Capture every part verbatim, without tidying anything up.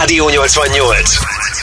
Rádió nyolcvannyolc.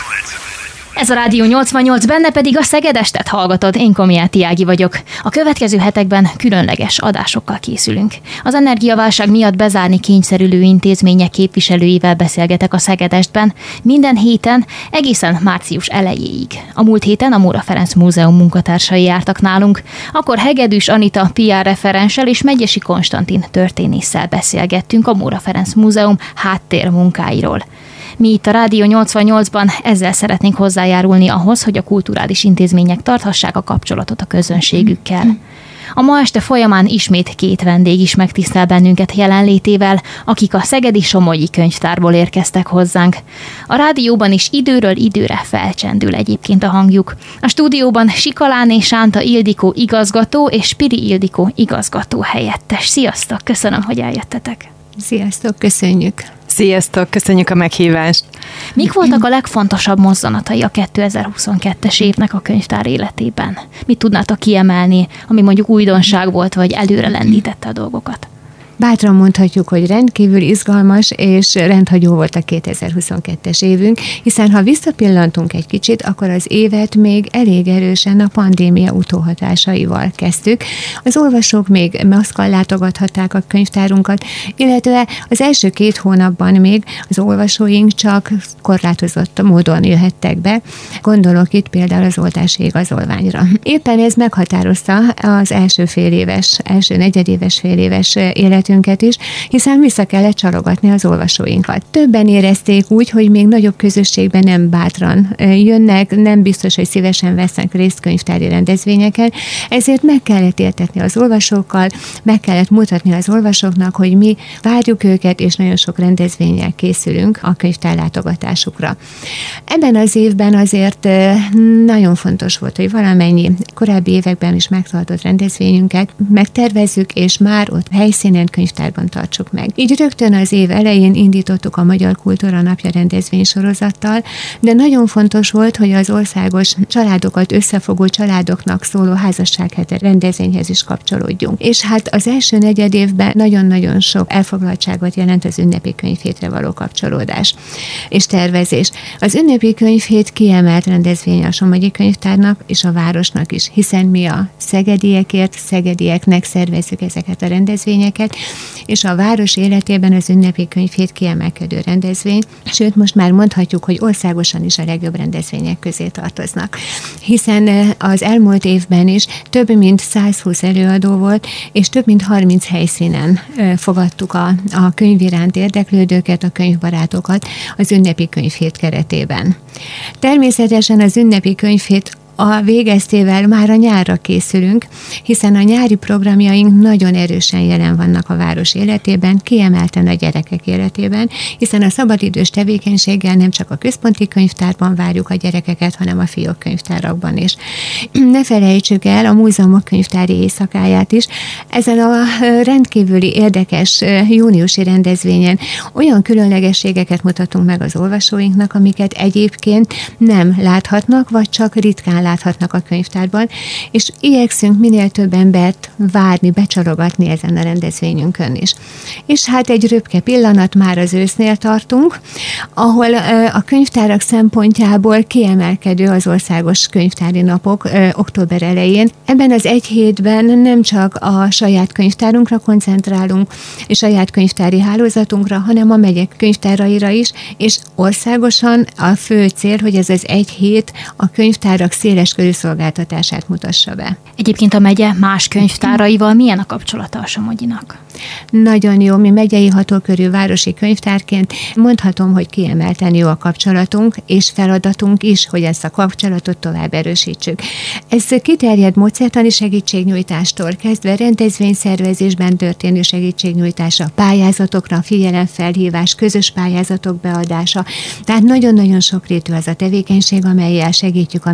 Ez a Rádió nyolcvannyolc, benne pedig a Szegedestet hallgatod. Én Komiáti Ági vagyok. A következő hetekben különleges adásokkal készülünk. Az energiaválság miatt bezárni kényszerülő intézmények képviselőivel beszélgetek a Szegedestben minden héten, egészen március elejéig. A múlt héten a Móra Ferenc Múzeum munkatársai jártak nálunk, akkor Hegedűs Anita pé er referenssel és Megyesi Konstantin történésszel beszélgettünk a Móra Ferenc Múzeum háttérmunkáiról. Mi itt a Rádió nyolcvannyolcban ezzel szeretnénk hozzájárulni ahhoz, hogy a kulturális intézmények tarthassák a kapcsolatot a közönségükkel. A ma este folyamán ismét két vendég is megtisztel bennünket jelenlétével, akik a Szegedi Somogyi Könyvtárból érkeztek hozzánk. A rádióban is időről időre felcsendül egyébként a hangjuk. A stúdióban Sikaláné Sánta Ildikó igazgató és Piri Ildikó igazgató helyettes. Sziasztok, köszönöm, hogy eljöttetek. Sziasztok, köszönjük. Sziasztok, köszönjük a meghívást. Mik voltak a legfontosabb mozzanatai a kétezer-huszonkettes évnek a könyvtár életében? Mit tudnátok kiemelni, ami mondjuk újdonság volt, vagy előre lendítette a dolgokat? Bátran mondhatjuk, hogy rendkívül izgalmas és rendhagyó volt a kétezer-huszonkettes évünk, hiszen ha visszapillantunk egy kicsit, akkor az évet még elég erősen a pandémia utóhatásaival kezdtük. Az olvasók még maszkkal látogathatták a könyvtárunkat, illetve az első két hónapban még az olvasóink csak korlátozott módon jöhettek be. Gondolok itt például az oltási igazolványra. Éppen ez meghatározta az első féléves, első negyedéves féléves életünket is, hiszen vissza kellett csalogatni az olvasóinkat. Többen érezték úgy, hogy még nagyobb közösségben nem bátran jönnek, nem biztos, hogy szívesen vesznek részt könyvtári rendezvényeken, ezért meg kellett értetni az olvasókkal, meg kellett mutatni az olvasóknak, hogy mi várjuk őket, és nagyon sok rendezvényel készülünk a könyvtár látogatásukra. Ebben az évben azért nagyon fontos volt, hogy valamennyi korábbi években is megtartott rendezvényünket megtervezzük, és már ott helyszínen könyvtárban tartsuk meg. Így rögtön az év elején indítottuk a Magyar Kultúra Napja rendezvénysorozattal, de nagyon fontos volt, hogy az országos családokat összefogó családoknak szóló házassághete rendezvényhez is kapcsolódjunk. És hát az első negyed évben nagyon-nagyon sok elfoglaltságot jelent az ünnepi könyvhétre való kapcsolódás és tervezés. Az ünnepi könyvhét kiemelt rendezvény a Somogyi Könyvtárnak és a városnak is, hiszen mi a szegediekért, szegedieknek szervezzük ezeket a rendezvényeket, és a város életében az ünnepi könyvhét kiemelkedő rendezvény, sőt most már mondhatjuk, hogy országosan is a legjobb rendezvények közé tartoznak. Hiszen az elmúlt évben is több mint százhúsz előadó volt, és több mint harminc helyszínen fogadtuk a, a könyv iránt érdeklődőket, a könyvbarátokat az ünnepi könyvhét keretében. Természetesen az ünnepi könyvhét a végeztével már a nyárra készülünk, hiszen a nyári programjaink nagyon erősen jelen vannak a város életében, kiemelten a gyerekek életében, hiszen a szabadidős tevékenységgel nem csak a központi könyvtárban várjuk a gyerekeket, hanem a fiók könyvtárakban is. Ne felejtsük el a múzeumok könyvtári éjszakáját is. Ezen a rendkívüli érdekes júniusi rendezvényen olyan különlegességeket mutatunk meg az olvasóinknak, amiket egyébként nem láthatnak, vagy csak ritkán láthatnak a könyvtárban, és igyekszünk minél több embert várni, becsalogatni ezen a rendezvényünkön is. És hát egy röpke pillanat, már az ősznél tartunk, ahol a könyvtárak szempontjából kiemelkedő az országos könyvtári napok október elején. Ebben az egy hétben nem csak a saját könyvtárunkra koncentrálunk, és saját könyvtári hálózatunkra, hanem a megyek könyvtáraira is, és országosan a fő cél, hogy ez az egy hét a könyvtárak széles körű szolgáltatását mutassa be. Egyébként a megye más könyvtáraival milyen a kapcsolata a Somogyinak? Nagyon jó, mi megyei hatókörű városi könyvtárként mondhatom, hogy kiemelten jó a kapcsolatunk, és feladatunk is, hogy ezt a kapcsolatot tovább erősítsük. Ez kiterjed módszertani segítségnyújtástól kezdve rendezvényszervezésben történő segítségnyújtása, pályázatokra figyelemfelhívás, közös pályázatok beadása. Tehát nagyon-nagyon sokrétű az a tevékenység, amellyel segítjük a megyei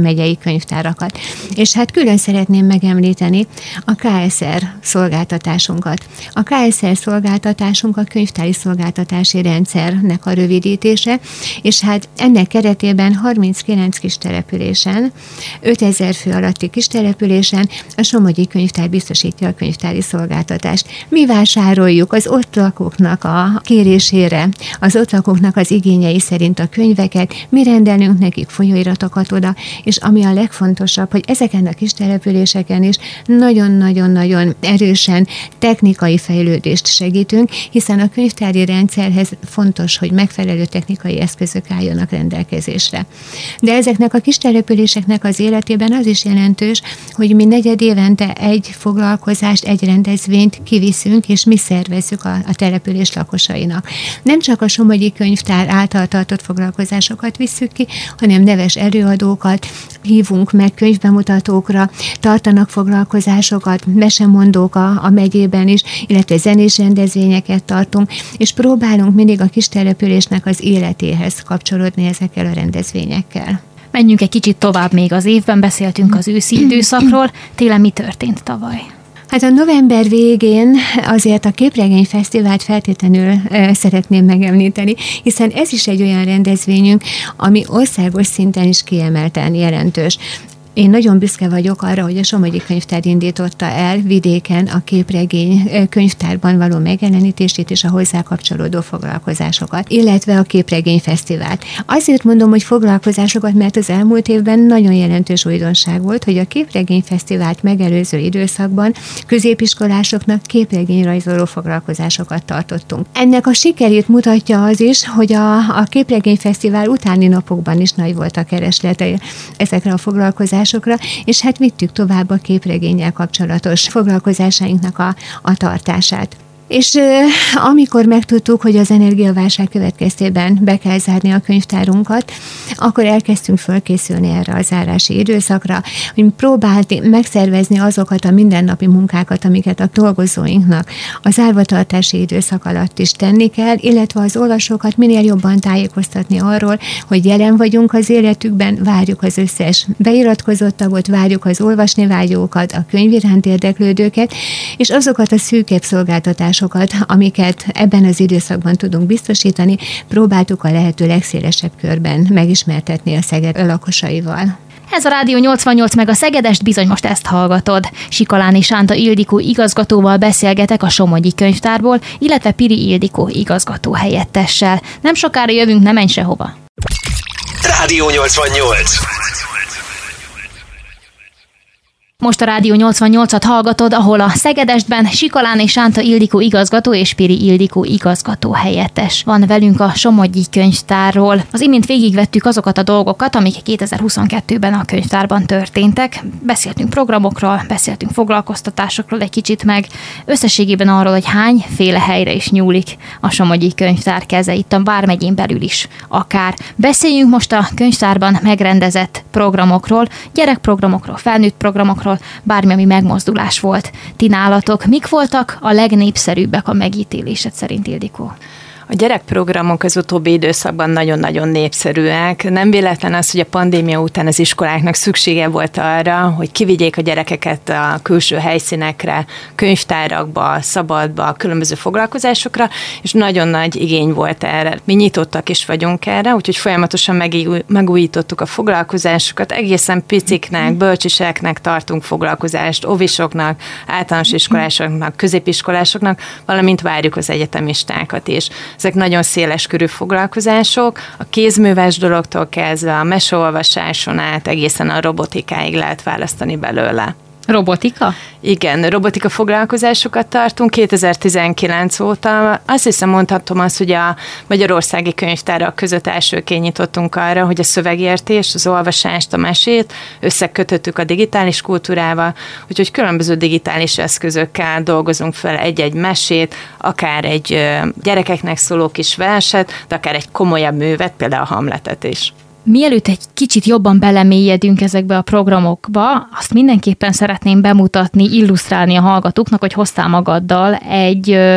könyvtárakat. És hát külön szeretném megemlíteni a ká es er szolgáltatásunkat. A ká es er szolgáltatásunk a könyvtári szolgáltatási rendszernek a rövidítése, és hát ennek keretében harminckilenc kis településen, ötezer fő alatti kis településen a Somogyi Könyvtár biztosítja a könyvtári szolgáltatást. Mi vásároljuk az ott lakóknak a kérésére, az ott lakóknak az igényei szerint a könyveket, mi rendelünk nekik folyóiratokat oda, és ami a legfontosabb, hogy ezeken a kis településeken is nagyon-nagyon-nagyon erősen technikai fejlődést segítünk, hiszen a könyvtári rendszerhez fontos, hogy megfelelő technikai eszközök álljanak rendelkezésre. De ezeknek a kis településeknek az életében az is jelentős, hogy mi negyed évente egy foglalkozást, egy rendezvényt kiviszünk, és mi szervezzük a, a település lakosainak. Nem csak a Somogyi Könyvtár által tartott foglalkozásokat visszük ki, hanem neves előadókat hívunk meg könyvbemutatókra, tartanak foglalkozásokat, mesemondók a, a megyében is, illetve zenés rendezvényeket tartunk, és próbálunk mindig a kis településnek az életéhez kapcsolódni ezekkel a rendezvényekkel. Menjünk egy kicsit tovább még az évben, beszéltünk az őszi időszakról. Télen mi történt tavaly? Hát a november végén azért a Képregényfesztivált feltétlenül e, szeretném megemlíteni, hiszen ez is egy olyan rendezvényünk, ami országos szinten is kiemelten jelentős. Én nagyon büszke vagyok arra, hogy a Somogyi Könyvtár indította el vidéken a képregény könyvtárban való megjelenítését és a hozzá kapcsolódó foglalkozásokat, illetve a Képregényfesztivált. Azért mondom, hogy foglalkozásokat, mert az elmúlt évben nagyon jelentős újdonság volt, hogy a Képregényfesztivált megelőző időszakban középiskolásoknak képregényrajzoló foglalkozásokat tartottunk. Ennek a sikerét mutatja az is, hogy a, a Képregényfesztivál utáni napokban is nagy volt a kereslete ezekre a foglalkozásokra, és hát vittük tovább a képregénnyel kapcsolatos foglalkozásainknak a, a tartását. És amikor megtudtuk, hogy az energiaválság következtében be kell zárni a könyvtárunkat, akkor elkezdtünk fölkészülni erre a zárási időszakra, hogy próbálni megszervezni azokat a mindennapi munkákat, amiket a dolgozóinknak a zárvatartási időszak alatt is tenni kell, illetve az olvasókat minél jobban tájékoztatni arról, hogy jelen vagyunk az életükben, várjuk az összes beiratkozott tagot, várjuk az olvasni vágyókat, a könyv iránt érdeklődőket, és azokat a szűkebb szolgáltatásokat, amiket ebben az időszakban tudunk biztosítani, próbáltuk a lehető legszélesebb körben megismertetni a Szeged lakosaival. Ez a Rádió nyolcvannyolc meg a Szegedest, bizony most ezt hallgatod. Sikaláni Sánta Ildikó igazgatóval beszélgetek a Somogyi Könyvtárból, illetve Piri Ildikó igazgató helyettessel. Nem sokára jövünk, ne menj sehova. Rádió nyolcvannyolc. Most a Rádió nyolcvannyolcat hallgatod, ahol a Szegedestben Sikaláni Sánta Ildikó igazgató és Piri Ildikó igazgató helyettes van velünk a Somogyi Könyvtárról. Az imént végigvettük azokat a dolgokat, amik kétezer-huszonkettőben a könyvtárban történtek. Beszéltünk programokról, beszéltünk foglalkoztatásokról egy kicsit meg, összességében arról, hogy hányféle helyre is nyúlik a Somogyi Könyvtár keze, itt a vármegyén belül is akár. Beszéljünk most a könyvtárban megrendezett programokról, gyerekprogramokról, felnőtt programokról, bármi, ami megmozdulás volt. Ti nálatok mik voltak a legnépszerűbbek a megítélésed szerint, Ildikó? A gyerekprogramok az utóbbi időszakban nagyon-nagyon népszerűek. Nem véletlen az, hogy a pandémia után az iskoláknak szüksége volt arra, hogy kivigyék a gyerekeket a külső helyszínekre, könyvtárakba, szabadba, különböző foglalkozásokra, és nagyon nagy igény volt erre. Mi nyitottak is vagyunk erre, úgyhogy folyamatosan megújítottuk a foglalkozásokat, egészen piciknek, bölcsiseknek tartunk foglalkozást, ovisoknak, általános iskolásoknak, középiskolásoknak, valamint várjuk az egyetemistákat is. Ezek nagyon széles körű foglalkozások, a kézműves dologtól kezdve a meseolvasáson át egészen a robotikáig lehet választani belőle. Robotika? Igen, robotika foglalkozásokat tartunk kétezer-tizenkilenc óta. Azt hiszem mondhatom azt, hogy a magyarországi könyvtárak között elsőként nyitottunk arra, hogy a szövegértés, az olvasást, a mesét összekötöttük a digitális kultúrával, úgyhogy különböző digitális eszközökkel dolgozunk fel egy-egy mesét, akár egy gyerekeknek szóló kis verset, de akár egy komolyabb művet, például a Hamletet is. Mielőtt egy kicsit jobban belemélyedünk ezekbe a programokba, azt mindenképpen szeretném bemutatni, illusztrálni a hallgatóknak, hogy hoztál magaddal egy,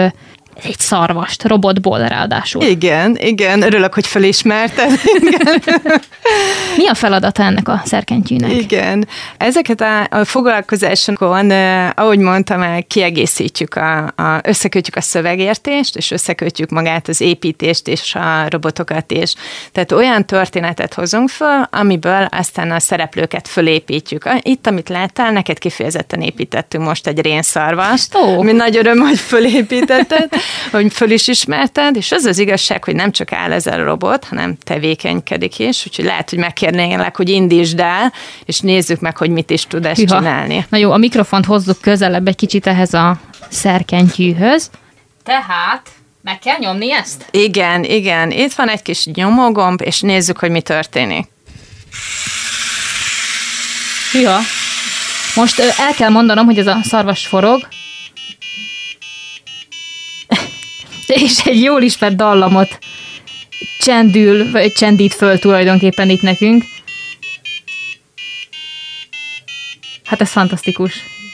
egy szarvast, robotból ráadásul. Igen, igen, örülök, hogy felismerted. Mi a feladata ennek a szerkentyűnek? Igen, ezeket a, a foglalkozásokon, eh, ahogy mondtam, el kiegészítjük, a, a, összekötjük a szövegértést, és összekötjük magát az építést és a robotokat is. Tehát olyan történetet hozunk föl, amiből aztán a szereplőket fölépítjük. Itt, amit láttál, neked kifejezetten építettünk most egy rénszarvast, oh. ami nagy öröm, hogy fölépítetted, hogy föl is ismerted, és az az igazság, hogy nem csak áll ez a robot, hanem tevékenykedik is, úgyhogy lehet, hogy megkérnélek, hogy indítsd el, és nézzük meg, hogy mit is tud ezt Hüha. csinálni. Na jó, a mikrofont hozzuk közelebb egy kicsit ehhez a szerkentyűhöz. Tehát meg kell nyomni ezt? Igen, igen. Itt van egy kis nyomógomb, és nézzük, hogy mi történik. Hüha. Most el kell mondanom, hogy ez a szarvas forog, és egy jól ismert dallamot csendül, vagy csendít föl tulajdonképpen itt nekünk. Hát ez fantasztikus.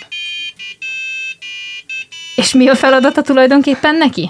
És mi a feladata tulajdonképpen neki?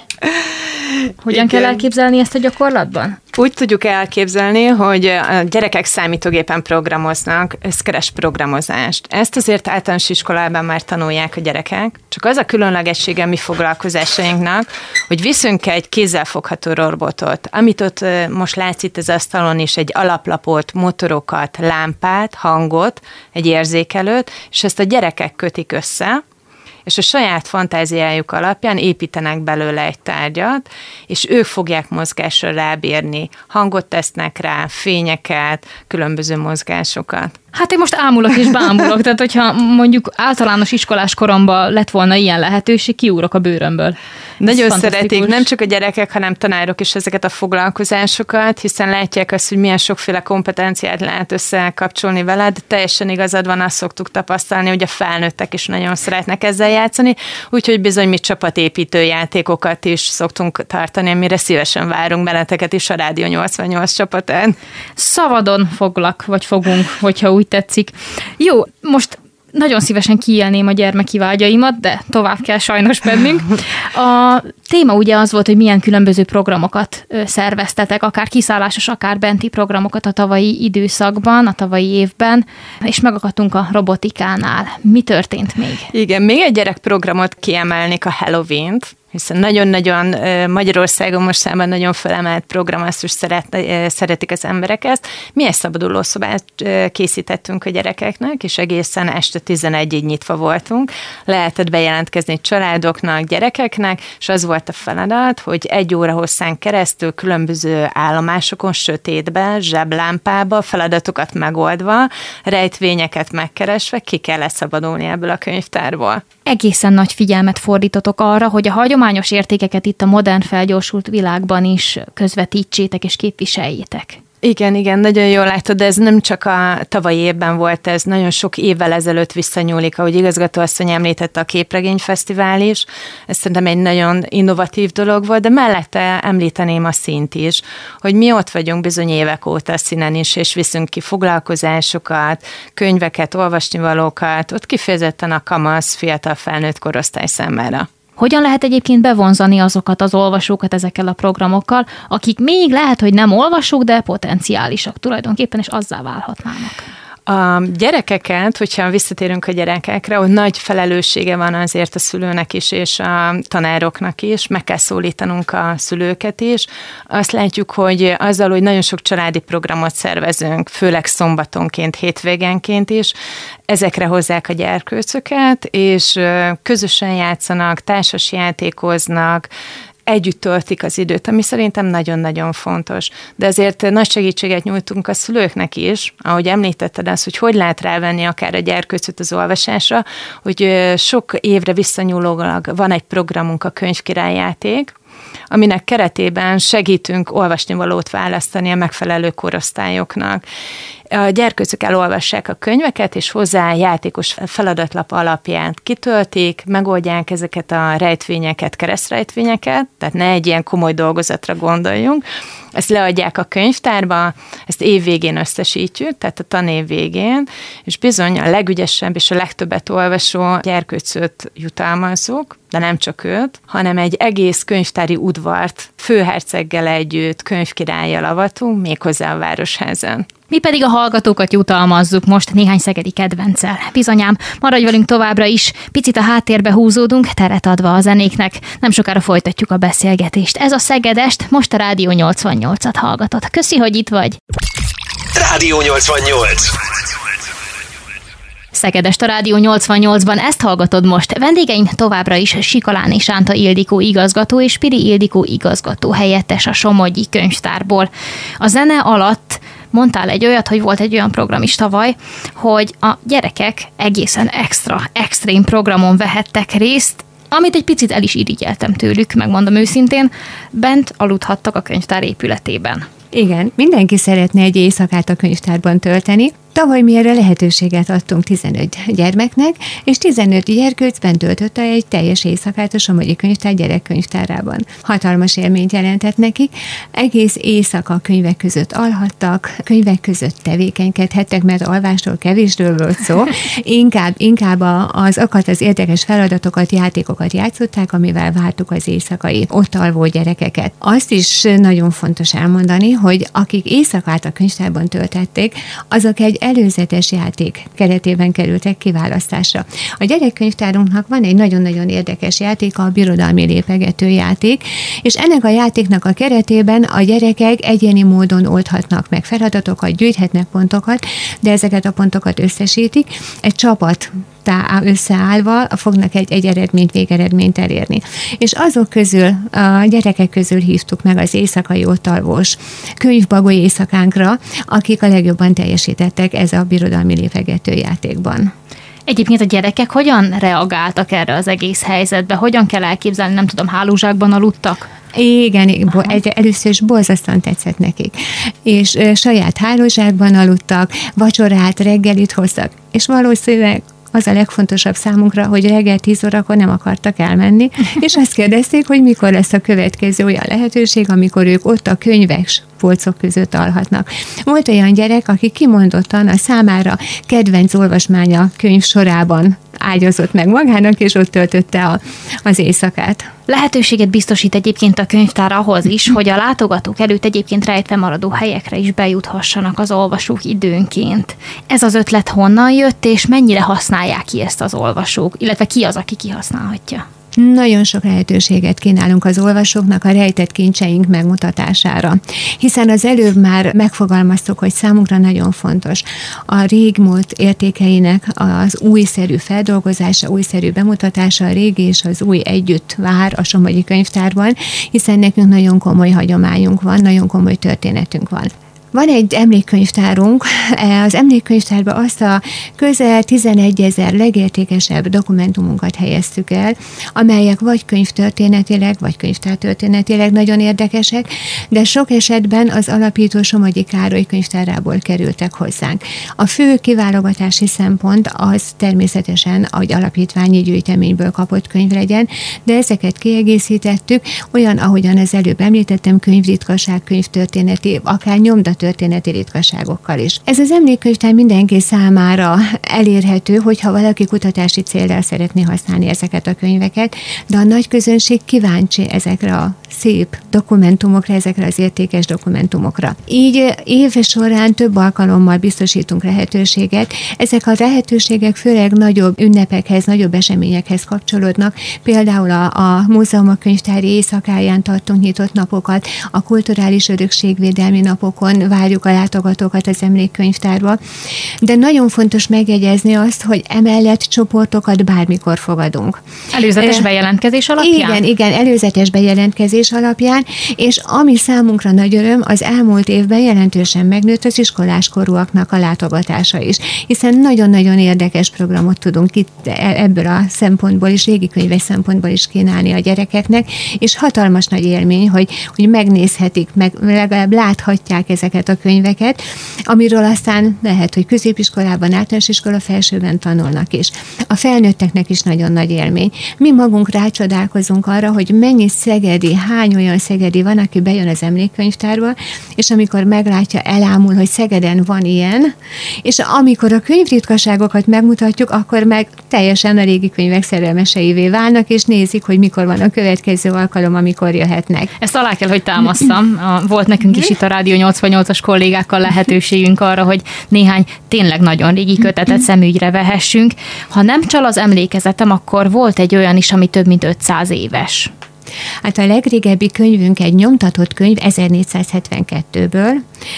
Hogyan Igen. kell elképzelni ezt a gyakorlatban? Úgy tudjuk elképzelni, hogy a gyerekek számítógépen programoznak, ez keres programozást. Ezt azért általános iskolában már tanulják a gyerekek, csak az a különlegessége mi foglalkozásainknak, hogy viszünk egy kézzelfogható robotot, amit ott most látsz itt az asztalon is, egy alaplapot, motorokat, lámpát, hangot, egy érzékelőt, és ezt a gyerekek kötik össze, és a saját fantáziájuk alapján építenek belőle egy tárgyat, és ők fogják mozgásra rábírni. Hangot tesznek rá, fényeket, különböző mozgásokat. Hát én most ámulok és bámulok, tehát hogyha mondjuk általános iskolás koromban lett volna ilyen lehetőség, kiugrok a bőrömből. Nagyon szeretik, nem csak a gyerekek, hanem tanárok is ezeket a foglalkozásokat, hiszen látják azt, hogy milyen sokféle kompetenciát lehet összekapcsolni veled. Teljesen igazad van, azt szoktuk tapasztalni, hogy a felnőttek is nagyon szeretnek ezzel játszani, úgyhogy bizony mi csapatépítő játékokat is szoktunk tartani, amire szívesen várunk benneteket is a Rádió nyolcvannyolc csapatán. Szabadon foglak, vagy fogunk, hogyha úgy tetszik. Jó, most nagyon szívesen kiélném a gyermeki vágyaimat, de tovább kell sajnos mennünk. A téma ugye az volt, hogy milyen különböző programokat szerveztetek, akár kiszállásos, akár benti programokat a tavalyi időszakban, a tavalyi évben, és megakadtunk a robotikánál. Mi történt még? Igen, még egy gyerekprogramot kiemelnék, a Halloween-t, hiszen nagyon-nagyon Magyarországon mostában nagyon felemelt program, azt is szeret, szeretik az emberek ezt. Mi egy szabadulószobát készítettünk a gyerekeknek, és egészen este tizenegyig nyitva voltunk. Lehetett bejelentkezni családoknak, gyerekeknek, és az volt a feladat, hogy egy óra hosszán keresztül különböző állomásokon, sötétbe, zseblámpába, feladatokat megoldva, rejtvényeket megkeresve, ki kell szabadulni ebből a könyvtárból. Egészen nagy figyelmet fordítotok arra, hogy a hagyományos értékeket itt a modern felgyorsult világban is közvetítsétek és képviseljétek. Igen, igen, nagyon jól látod, de ez nem csak a tavalyi évben volt, ez nagyon sok évvel ezelőtt visszanyúlik, ahogy igazgatóasszony említette, a Képregényfesztivál is. Ez szerintem egy nagyon innovatív dolog volt, de mellette említeném a színt is, hogy mi ott vagyunk bizony évek óta a színen is, és viszünk ki foglalkozásokat, könyveket, olvasnivalókat, ott kifejezetten a kamasz, fiatal felnőtt korosztály számára. Hogyan lehet egyébként bevonzani azokat az olvasókat ezekkel a programokkal, akik még lehet, hogy nem olvasók, de potenciálisak tulajdonképpen, és azzá válhatnának? A gyerekeket, hogyha visszatérünk a gyerekekre, hogy nagy felelőssége van azért a szülőnek is, és a tanároknak is, meg kell szólítanunk a szülőket is. Azt látjuk, hogy azzal, hogy nagyon sok családi programot szervezünk, főleg szombatonként, hétvégenként is, ezekre hozzák a gyerkőcöket, és közösen játszanak, társas játékoznak, együtt töltik az időt, ami szerintem nagyon-nagyon fontos. De azért nagy segítséget nyújtunk a szülőknek is, ahogy említetted azt, hogy hogy lehet rávenni akár a gyerkőcöt az olvasásra, hogy sok évre visszanyúlólag van egy programunk, a Könyvkirályjáték, aminek keretében segítünk olvasnivalót választani a megfelelő korosztályoknak. A gyerkőcök elolvassák a könyveket, és hozzá játékos feladatlap alapján kitöltik, megoldják ezeket a rejtvényeket, keresztrejtvényeket, tehát ne egy ilyen komoly dolgozatra gondoljunk, ezt leadják a könyvtárba, ezt évvégén összesítjük, tehát a tanév végén, és bizony a legügyesebb és a legtöbbet olvasó gyerkőcöt jutalmazzuk, de nem csak őt, hanem egy egész könyvtári udvart főherceggel együtt, könyvkirállyal avatunk, méghozzá a Városházán. Mi pedig a hallgatókat jutalmazzuk most néhány szegedi kedvenccel. Bizonyám, maradj velünk továbbra is, picit a háttérbe húzódunk, teret adva a zenéknek. Nem sokára folytatjuk a beszélgetést. Ez a Szegedest, most a Rádió nyolcvannyolcat hallgatod. Köszi, hogy itt vagy. Rádió nyolcvannyolc. Szegedest a Rádió nyolcvannyolcban, ezt hallgatod most. Vendégeink továbbra is Sikaláni Sánta Ildikó igazgató és Piri Ildikó igazgató helyettes a Somogyi Könyvtárból. A zene alatt mondtál egy olyat, hogy volt egy olyan program is tavaly, hogy a gyerekek egészen extra, extrém programon vehettek részt, amit egy picit el is irigyeltem tőlük, megmondom őszintén, bent aludhattak a könyvtár épületében. Igen, mindenki szeretne egy éjszakát a könyvtárban tölteni. Tavaly mi erre lehetőséget adtunk tizenöt gyermeknek, és tizenöt gyerkőcben töltötte egy teljes éjszakát a Somogyi Könyvtár gyerekkönyvtárában. Hatalmas élményt jelentett nekik, egész éjszaka könyvek között alhattak, könyvek között tevékenykedhettek, mert alvástól kevésről volt szó, inkább, inkább az akadt az érdekes feladatokat, játékokat játszották, amivel vártuk az éjszakai ott alvó gyerekeket. Azt is nagyon fontos elmondani, hogy akik éjszakát a könyvtárban töltették, azok egy előzetes játék keretében kerültek kiválasztásra. A gyerekkönyvtárunknak van egy nagyon-nagyon érdekes játék, a birodalmi lépegető játék, és ennek a játéknak a keretében a gyerekek egyéni módon oldhatnak meg feladatokat, gyűjthetnek pontokat, de ezeket a pontokat összesítik. Egy csapat összeállva fognak egy, egy eredményt, végeredményt elérni. És azok közül, a gyerekek közül hívtuk meg az éjszakai ottalvós könyvbagoly éjszakánkra, akik a legjobban teljesítettek ez a birodalmi lépegető játékban. Egyébként a gyerekek hogyan reagáltak erre az egész helyzetbe? Hogyan kell elképzelni, nem tudom, hálózsákban aludtak? Igen, egy, először is borzasztóan tetszett nekik. És ö, saját hálózsákban aludtak, vacsorát, reggelit hoztak, és valószínűleg az a legfontosabb számunkra, hogy reggel tíz órakor nem akartak elmenni, és azt kérdezték, hogy mikor lesz a következő olyan lehetőség, amikor ők ott a könyvek polcok között alhatnak. Volt olyan gyerek, aki kimondottan a számára kedvenc olvasmánya könyv sorában ágyazott meg magának, és ott töltötte a, az éjszakát. Lehetőséget biztosít egyébként a könyvtár ahhoz is, hogy a látogatók előtt egyébként rejtve maradó helyekre is bejuthassanak az olvasók időnként. Ez az ötlet honnan jött, és mennyire használják ki ezt az olvasók, illetve ki az, aki kihasználhatja? Nagyon sok lehetőséget kínálunk az olvasóknak a rejtett kincseink megmutatására, hiszen az előbb már megfogalmaztuk, hogy számunkra nagyon fontos a régmúlt értékeinek az újszerű feldolgozása, újszerű bemutatása, a régi és az új együtt vár a Somogyi Könyvtárban, hiszen nekünk nagyon komoly hagyományunk van, nagyon komoly történetünk van. Van egy emlékkönyvtárunk, az emlékkönyvtárban azt a közel tizenegyezer legértékesebb dokumentumunkat helyeztük el, amelyek vagy könyvtörténetileg, vagy könyvtártörténetileg nagyon érdekesek, de sok esetben az alapító Somogyi Károly könyvtárából kerültek hozzánk. A fő kiválogatási szempont az természetesen, hogy alapítványi gyűjteményből kapott könyv legyen, de ezeket kiegészítettük, olyan, ahogyan az előbb említettem, könyvritkaság, könyvtörténeti, akár nyomdatörténeti történeti ritkaságokkal is. Ez az emlékkönyvtár mindenki számára elérhető, hogyha valaki kutatási céllal szeretné használni ezeket a könyveket, de a nagy közönség kíváncsi ezekre a szép dokumentumokra, ezekre az értékes dokumentumokra. Így év során több alkalommal biztosítunk lehetőséget. Ezek a lehetőségek főleg nagyobb ünnepekhez, nagyobb eseményekhez kapcsolódnak. Például a, a múzeumok könyvtári éjszakáján tartunk nyitott napokat, a kulturális örökségvédelmi napokon várjuk a látogatókat az emlékkönyvtárba. De nagyon fontos megjegyezni azt, hogy emellett csoportokat bármikor fogadunk. Előzetes bejelentkezés alapján? Igen, igen, előzetes bejelentkezés alapján, és ami számunkra nagy öröm, az elmúlt évben jelentősen megnőtt az iskoláskorúaknak a látogatása is, hiszen nagyon-nagyon érdekes programot tudunk itt ebből a szempontból is, régikönyves szempontból is kínálni a gyerekeknek, és hatalmas nagy élmény, hogy, hogy megnézhetik, meg legalább láthatják ezeket ezeket a könyveket, amiről aztán lehet, hogy középiskolában, általános iskola felsőben tanulnak is. A felnőtteknek is nagyon nagy élmény. Mi magunk rácsodálkozunk arra, hogy mennyi szegedi, hány olyan szegedi van, aki bejön az emlékkönyvtárba, és amikor meglátja, elámul, hogy Szegeden van ilyen, és amikor a könyvritkaságokat megmutatjuk, akkor meg teljesen a régi könyvek szerelmeseivé válnak, és nézik, hogy mikor van a következő alkalom, amikor jöhetnek. Ezt alá kell, hogy támasztam. Volt nekünk is itt a Rádió nyolcvannyolcas kollégákkal lehetőségünk arra, hogy néhány tényleg nagyon régi kötetet szemügyre vehessünk. Ha nem csal az emlékezetem, akkor volt egy olyan is, ami több mint ötszáz éves. Hát a legrégebbi könyvünk egy nyomtatott könyv ezernégyszázhetvenkettőből,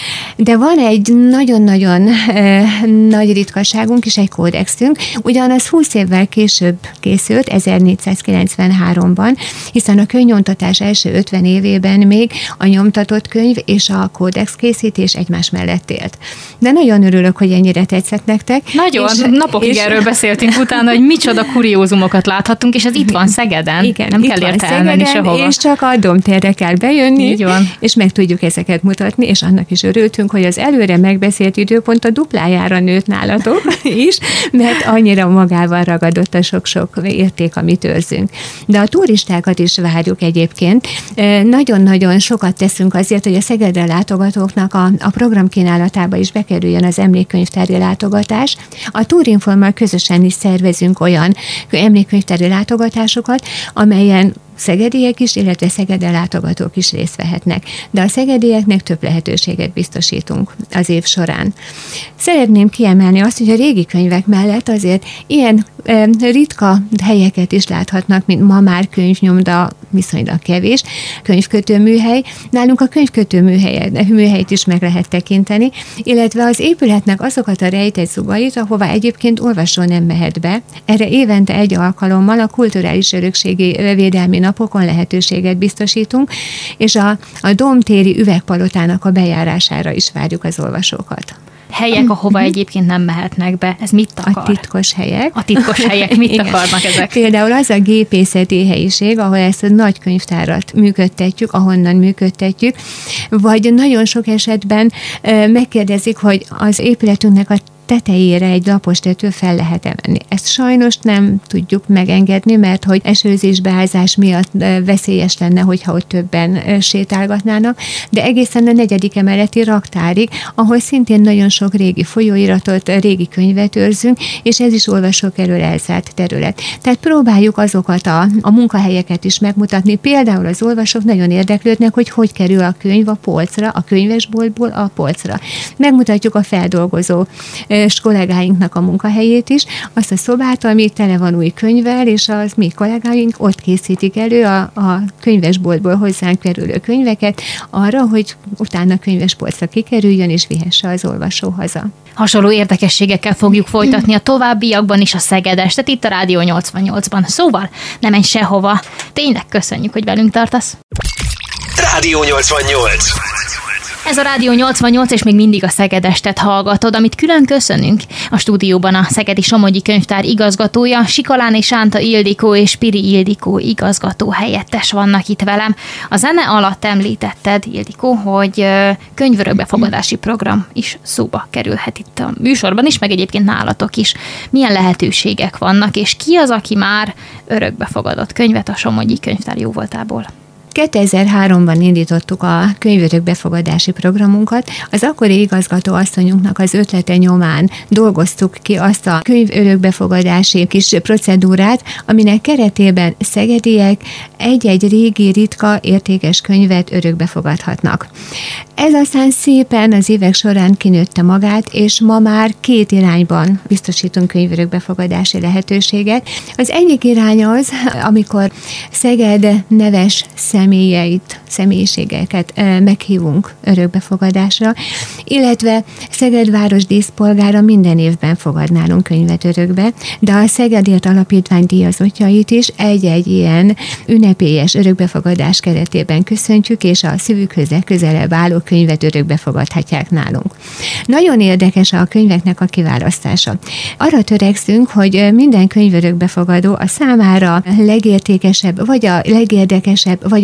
de van egy nagyon-nagyon e, nagy ritkaságunk is, egy kódexünk, ugyanaz húsz évvel később készült, ezernégyszázkilencvenháromban, hiszen a könyvnyomtatás első ötven évében még a nyomtatott könyv és a kódex készítés egymás mellett élt. De nagyon örülök, hogy ennyire tetszett nektek. Nagyon, és, napokig és... erről beszéltünk utána, hogy micsoda kuriózumokat láthattunk, és ez itt van Szegeden. Igen, nem kell érte elmenni sehova. És csak a Domtérre kell bejönni, és meg tudjuk ezeket mutatni, és annak is örültünk, hogy az előre megbeszélt időpont a duplájára nőtt nálatok is, mert annyira magával ragadott a sok-sok érték, amit őrzünk. De a turistákat is várjuk egyébként. Nagyon-nagyon sokat teszünk azért, hogy a Szegedre látogatóknak a, a programkínálatába is bekerüljön az emlékkönyvtári látogatás. A Túrinformmal közösen is szervezünk olyan emlékkönyvtári látogatásokat, amelyen szegediek is, illetve Szegeden látogatók is részt vehetnek. De a szegedieknek több lehetőséget biztosítunk az év során. Szeretném kiemelni azt, hogy a régi könyvek mellett azért ilyen e, ritka helyeket is láthatnak, mint ma már könyvnyomda, viszonylag kevés, könyvkötőműhely. Nálunk a könyvkötőműhelyet is meg lehet tekinteni, illetve az épületnek azokat a rejtett zugait, ahová egyébként olvasó nem mehet be. Erre évente egy alkalommal a kulturális örökségi védelmi napokon lehetőséget biztosítunk, és a, a Domtéri üvegpalotának a bejárására is várjuk az olvasókat. Helyek, ahova egyébként nem mehetnek be. Ez mit akar? A titkos helyek. A titkos helyek mit akarnak ezek? Például az a gépészeti helyiség, ahol ezt a nagy könyvtárat működtetjük, ahonnan működtetjük, vagy nagyon sok esetben megkérdezik, hogy az épületünknek a tetejére egy lapos tető fel lehet emelni. Ezt sajnos nem tudjuk megengedni, mert hogy esőzés, beázás miatt veszélyes lenne, hogyha ott többen sétálgatnának, de egészen a negyedik emeleti raktárig, ahol szintén nagyon sok régi folyóiratot, régi könyvet őrzünk, és ez is olvasók elől elzárt terület. Tehát próbáljuk azokat a, a munkahelyeket is megmutatni. Például az olvasók nagyon érdeklődnek, hogy hogy kerül a könyv a polcra, a könyvesboltból a polcra. Megmutatjuk a feldolgozó és kollégáinknak a munkahelyét is, azt a szobát, ami tele van új könyvvel, és az mi kollégáink ott készítik elő a, a könyvesboltból hozzánk kerülő könyveket arra, hogy utána könyvespolcra kikerüljön, és vihesse az olvasó haza. Hasonló érdekességekkel fogjuk folytatni a továbbiakban is a Szegedestet itt a Rádió nyolcvannyolcban. Szóval nem menj sehova. Tényleg köszönjük, hogy velünk tartasz. Rádió nyolcvannyolc. Ez a Rádió nyolcvannyolc, és még mindig a Szegedestet hallgatod, amit külön köszönünk. A stúdióban a Szegedi Somogyi Könyvtár igazgatója, Sikaláné Sánta Ildikó és Piri Ildikó igazgató helyettes vannak itt velem. A zene alatt említetted, Ildikó, hogy könyvörökbefogadási program is szóba kerülhet itt a műsorban is, meg egyébként nálatok is. Milyen lehetőségek vannak, és ki az, aki már örökbefogadott könyvet a Somogyi Könyvtár jóvoltából? kétezer-háromban indítottuk a könyvörökbefogadási programunkat. Az akkori igazgató asszonyunknak az ötlete nyomán dolgoztuk ki azt a könyvörökbefogadási kis procedúrát, aminek keretében szegediek egy-egy régi, ritka, értékes könyvet örökbefogadhatnak. Ez aztán szépen az évek során kinőtte magát, és ma már két irányban biztosítunk könyvörökbefogadási lehetőséget. Az egyik irány az, amikor Szeged neves személyeit, személyiségeket meghívunk örökbefogadásra, illetve Szeged város díszpolgára minden évben fogad nálunk könyvet örökbe, de a Szegedért Alapítvány díjazottjait is egy-egy ilyen ünnepélyes örökbefogadás keretében köszöntjük, és a szívükhöz legközelebb álló könyvet örökbefogadhatják nálunk. Nagyon érdekes a könyveknek a kiválasztása. Arra törekszünk, hogy minden könyvörökbefogadó a számára legértékesebb, vagy a legérdekesebb, vagy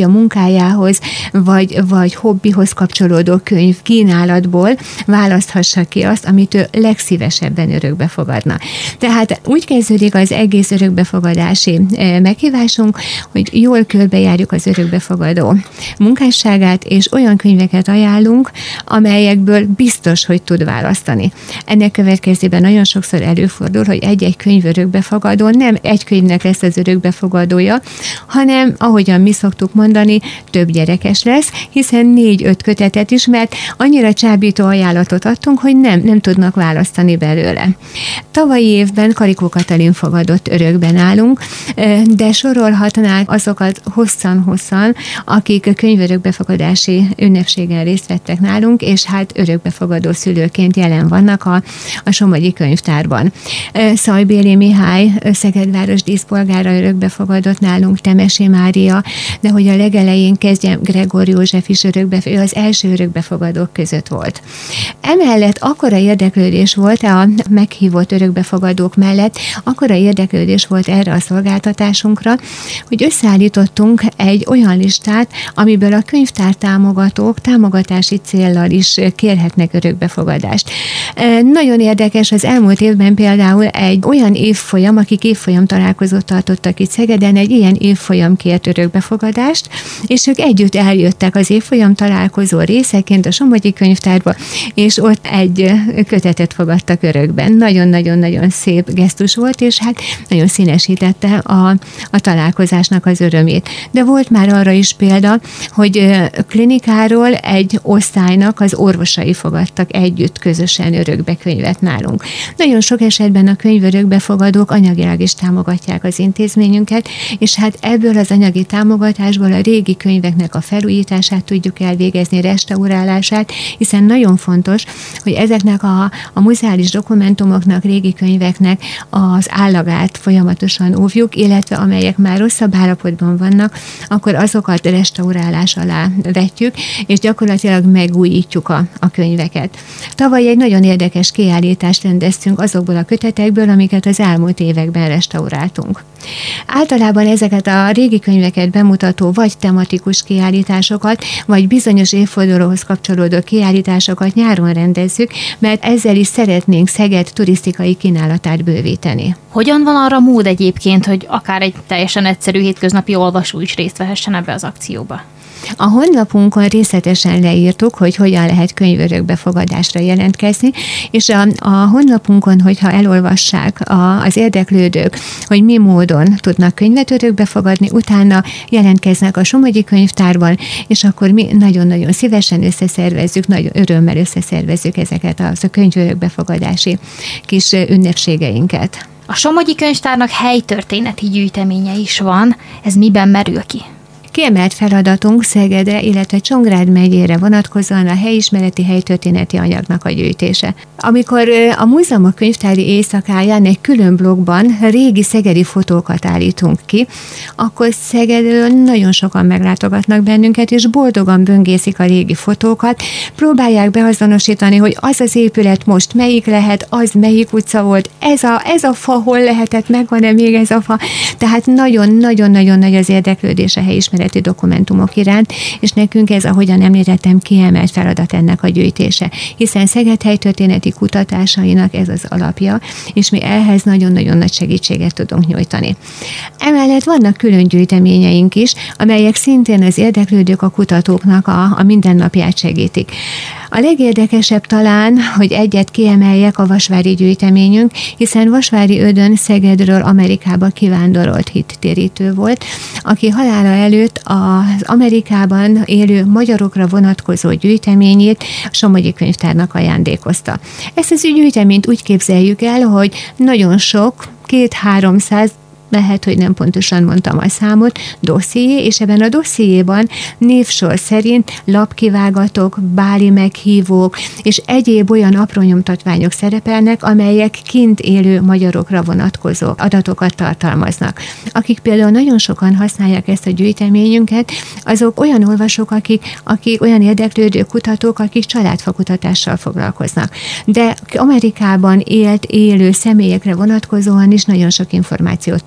a munkájához, vagy, vagy hobbihoz kapcsolódó könyv kínálatból választhassa ki azt, amit ő legszívesebben örökbe fogadna. Tehát úgy kezdődik az egész örökbefogadási meghívásunk, hogy jól körbejárjuk az örökbefogadó munkásságát, és olyan könyveket ajánlunk, amelyekből biztos, hogy tud választani. Ennek következtében nagyon sokszor előfordul, hogy egy-egy könyv örökbefogadó nem egy könyvnek lesz az örökbefogadója, hanem, ahogyan mi szoktuk mondani, több gyerekes lesz, hiszen négy-öt kötetet is, mert annyira csábító ajánlatot adtunk, hogy nem, nem tudnak választani belőle. Tavalyi évben Karikó Katalin fogadott örökbe nálunk, de sorolhatnák azokat hosszan-hosszan, akik a könyvörökbefogadási ünnepségen részt vettek nálunk, és hát örökbefogadó szülőként jelen vannak a, a Somogyi Könyvtárban. Szajbéli Mihály, Szegedváros díszpolgára örökbefogadott nálunk, Temesi Mária, de hogy a legelején kezdjem, Gregor József is örökbefogadó, ő az első örökbefogadók között volt. Emellett akkora érdeklődés volt a meghívott örökbefogadók mellett, akkora érdeklődés volt erre a szolgáltatásunkra, hogy összeállítottunk egy olyan listát, amiből a könyvtár támogatók támogatási céllal is kérhetnek örökbefogadást. Nagyon érdekes, az elmúlt évben például egy olyan évfolyam, akik évfolyam találkozót tartottak itt Szegeden, egy ilyen évfolyam kért örökbefogadást, és ők együtt eljöttek az évfolyam találkozó részeként a Somogyi Könyvtárba, és ott egy kötetet fogadtak örökben. Nagyon-nagyon-nagyon szép gesztus volt, és hát nagyon színesítette a, a találkozásnak az örömét. De volt már arra is példa, hogy klinikáról egy osztálynak az orvosai fogadtak együtt közösen örökbe könyvet nálunk. Nagyon sok esetben a könyvörökbefogadók anyagilag is támogatják az intézményünket, és hát ebből az anyagi támogatásból a régi könyveknek a felújítását tudjuk elvégezni, restaurálását, hiszen nagyon fontos, hogy ezeknek a, a muzeális dokumentumoknak, régi könyveknek az állagát folyamatosan óvjuk, illetve amelyek már rosszabb állapotban vannak, akkor azokat restaurálás alá vetjük, és gyakorlatilag megújítjuk a, a könyveket. Tavaly egy nagyon érdekes kiállítást rendeztünk azokból a kötetekből, amiket az elmúlt években restauráltunk. Általában ezeket a régi könyveket bemutató vagy tematikus kiállításokat, vagy bizonyos évfordulóhoz kapcsolódó kiállításokat nyáron rendezzük, mert ezzel is szeretnénk Szeged turisztikai kínálatát bővíteni. Hogyan van arra mód egyébként, hogy akár egy teljesen egyszerű hétköznapi olvasó is részt vehessen ebbe az akcióba? A honlapunkon részletesen leírtuk, hogy hogyan lehet könyvörökbefogadásra jelentkezni, és a, a honlapunkon, hogyha elolvassák a, az érdeklődők, hogy mi módon tudnak könyvet örökbefogadni, utána jelentkeznek a Somogyi Könyvtárban, és akkor mi nagyon-nagyon szívesen összeszervezzük, nagyon örömmel összeszervezzük ezeket a, a könyvörökbefogadási kis ünnepségeinket. A Somogyi Könyvtárnak helytörténeti gyűjteménye is van, ez miben merül ki? Kiemelt feladatunk Szegedre, illetve Csongrád megyére vonatkozóan a helyismereti, helytörténeti anyagnak a gyűjtése. Amikor a múzeumok könyvtári éjszakáján egy külön blogban régi szegedi fotókat állítunk ki, akkor Szegedről nagyon sokan meglátogatnak bennünket, és boldogan böngészik a régi fotókat, próbálják beazonosítani, hogy az az épület most melyik lehet, az melyik utca volt, ez a, ez a fa hol lehetett, megvan-e még ez a fa. Tehát nagyon-nagyon-nagyon nagy az érdeklődés a helyismereti dokumentumok iránt, és nekünk ez, ahogyan említettem, kiemelt feladat ennek a gyűjtése, hiszen Szeged helytörténeti kutatásainak ez az alapja, és mi ehhez nagyon-nagyon nagy segítséget tudunk nyújtani. Emellett vannak külön gyűjteményeink is, amelyek szintén az érdeklődők, a kutatóknak a, a mindennapját segítik. A legérdekesebb talán, hogy egyet kiemeljek, a vasvári gyűjteményünk, hiszen Vasvári Ödön Szegedről Amerikába kivándorolt hittérítő volt, aki halála előtt az Amerikában élő magyarokra vonatkozó gyűjteményét a Somogyi Könyvtárnak ajándékozta. Ezt az gyűjteményt úgy képzeljük el, hogy nagyon sok, két-háromszáz, lehet, hogy nem pontosan mondtam a számot, dosszié, és ebben a dossziéban névsor szerint lapkivágatok, báli meghívók, és egyéb olyan apró nyomtatványok szerepelnek, amelyek kint élő magyarokra vonatkozó adatokat tartalmaznak. Akik például nagyon sokan használják ezt a gyűjteményünket, azok olyan olvasók, akik, akik olyan érdeklődő kutatók, akik családfakutatással foglalkoznak. De Amerikában élt, élő személyekre vonatkozóan is nagyon sok információt tud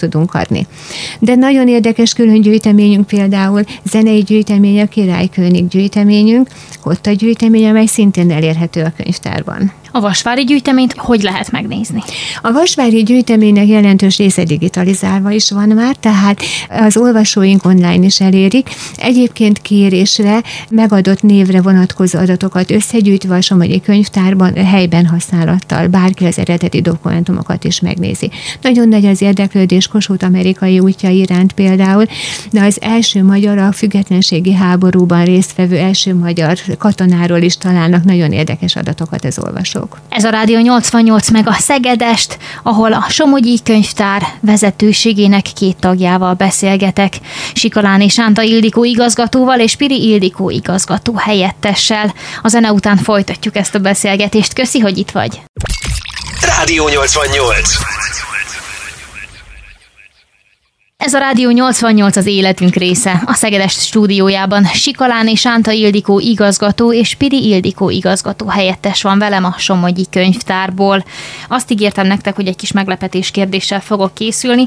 tudunk adni. De nagyon érdekes külön gyűjteményünk például zenei gyűjtemény, a Királykönig gyűjteményünk, ott a gyűjtemény, amely szintén elérhető a könyvtárban. A Vasvári gyűjteményt hogy lehet megnézni? A Vasvári gyűjteménynek jelentős része digitalizálva is van már, tehát az olvasóink online is elérik. Egyébként kérésre megadott névre vonatkozó adatokat összegyűjtve a Somogyi Könyvtárban helyben használattal bárki az eredeti dokumentumokat is megnézi. Nagyon nagy az érdeklődés Kossuth amerikai útja iránt például, de az első magyar, a függetlenségi háborúban résztvevő első magyar katonáról is találnak nagyon érdekes adatokat az olvasók. Ez a Rádió nyolcvannyolc meg a Szegedest, ahol a Somogyi Könyvtár vezetőségének két tagjával beszélgetek. Sikaláné Sánta Ildikó igazgatóval és Piri Ildikó igazgató helyettessel. A zene után folytatjuk ezt a beszélgetést. Köszi, hogy itt vagy. Rádió nyolcvannyolc. Ez a Rádió nyolcvannyolc az életünk része. A Szegedest stúdiójában Sikaláné Sánta Ildikó igazgató és Piri Ildikó igazgató helyettes van velem a Somogyi Könyvtárból. Azt ígértem nektek, hogy egy kis meglepetés kérdéssel fogok készülni.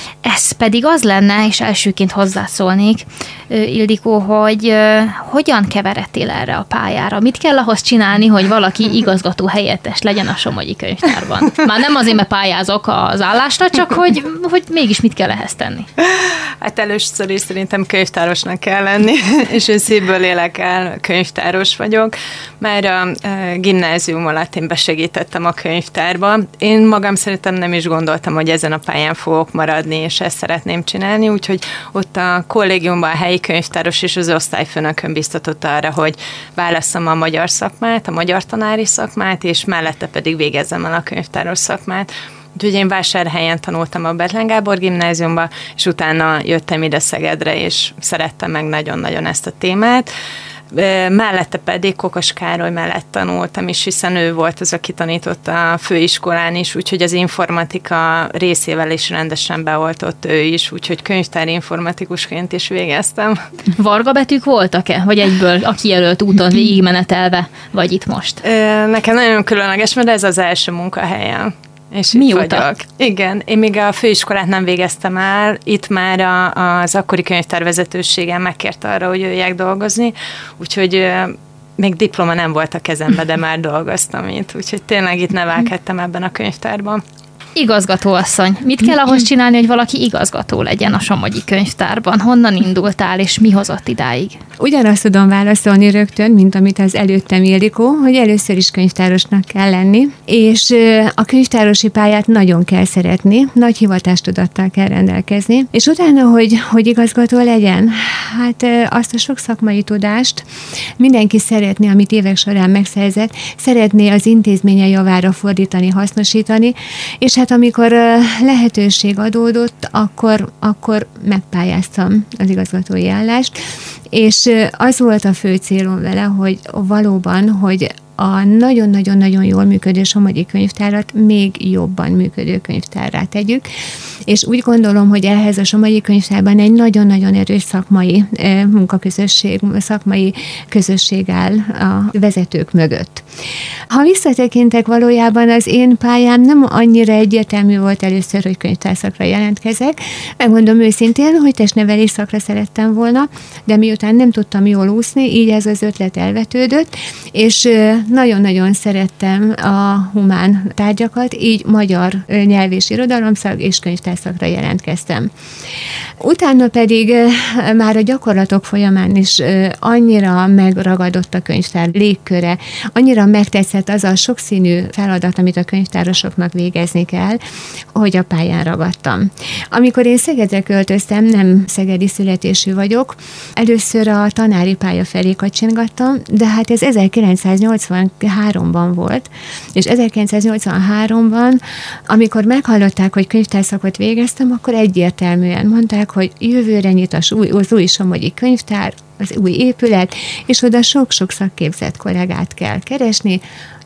Ez pedig az lenne, és elsőként hozzászólnék, Ildikó, hogy hogyan keveredtél erre a pályára? Mit kell ahhoz csinálni, hogy valaki igazgató helyettes legyen a Somogyi Könyvtárban? Már nem azért, mert pályázok az állásra, csak hogy, hogy mégis mit kell ehhez tenni? Hát először is szerintem könyvtárosnak kell lenni, és én szívből élek el, könyvtáros vagyok. Már a gimnázium alatt én besegítettem a könyvtárba. Én magam szerintem nem is gondoltam, hogy ezen a pályán fogok maradni, és ezt szeretném csinálni, úgyhogy ott a kollégiumban a helyi könyvtáros és az osztályfőnökön biztatott arra, hogy válasszam a magyar szakmát, a magyar tanári szakmát, és mellette pedig végezzem el a könyvtáros szakmát. Úgyhogy én Vásárhelyen tanultam a Bethlen Gábor gimnáziumba, és utána jöttem ide Szegedre, és szerettem meg nagyon-nagyon ezt a témát. Mellette pedig Kokas Károly mellett tanultam is, hiszen ő volt az, aki tanított a főiskolán is, úgyhogy az informatika részével is rendesen beoltott ő is, úgyhogy könyvtári informatikusként is végeztem. Varga betűk voltak-e? Vagy egyből a kijelölt úton végigmenetelve, vagy itt most? Nekem nagyon különleges, mert ez az első munkahelyem. És mióta? Igen, én még a főiskolát nem végeztem el, itt már a, az akkori könyvtárvezetőségem megkérte arra, hogy jöjjek dolgozni, úgyhogy még diploma nem volt a kezembe, de már dolgoztam itt, úgyhogy tényleg itt nevelkedtem ebben a könyvtárban. Igazgatóasszony, mit kell ahhoz csinálni, hogy valaki igazgató legyen a Somogyi Könyvtárban? Honnan indultál, és mi hozott idáig? Ugyanazt tudom válaszolni rögtön, mint amit az előttem Ildikó, hogy először is könyvtárosnak kell lenni, és a könyvtárosi pályát nagyon kell szeretni, nagy hivatástudattal kell rendelkezni, és utána, hogy, hogy igazgató legyen, hát azt a sok szakmai tudást mindenki szeretné, amit évek során megszerzett, szeretné az intézménye javára fordítani, hasznosítani, és hát amikor lehetőség adódott, akkor, akkor megpályáztam az igazgatói állást, és az volt a fő célom vele, hogy valóban, hogy a nagyon-nagyon-nagyon jól működő Somogyi Könyvtárat még jobban működő könyvtárrá tegyük, és úgy gondolom, hogy ehhez a Somogyi Könyvtárban egy nagyon-nagyon erős szakmai munkaközösség, szakmai közösség áll a vezetők mögött. Ha visszatekintek, valójában az én pályám nem annyira egyértelmű volt először, hogy könyvtárszakra jelentkezek. Megmondom őszintén, hogy testnevelés szakra szerettem volna, de miután nem tudtam jól úszni, így ez az ötlet elvetődött, és nagyon-nagyon szerettem a humán tárgyakat, így magyar nyelv és irodalomszak és könyvtárszakra jelentkeztem. Utána pedig már a gyakorlatok folyamán is annyira megragadott a könyvtár légköre, annyira megtetszett az a sokszínű feladat, amit a könyvtárosoknak végezni kell, hogy a pályán ragadtam. Amikor én Szegedre költöztem, nem szegedi születésű vagyok, először a tanári pálya felé kacsingattam, de hát ez ezerkilencszáznyolcvanháromban volt, és ezerkilencszáznyolcvanháromban, amikor meghallották, hogy könyvtárszakot végeztem, akkor egyértelműen mondták, hogy jövőre nyit az új, az új Somogyi Könyvtár, az új épület, és oda sok-sok szakképzett kollégát kell keresni,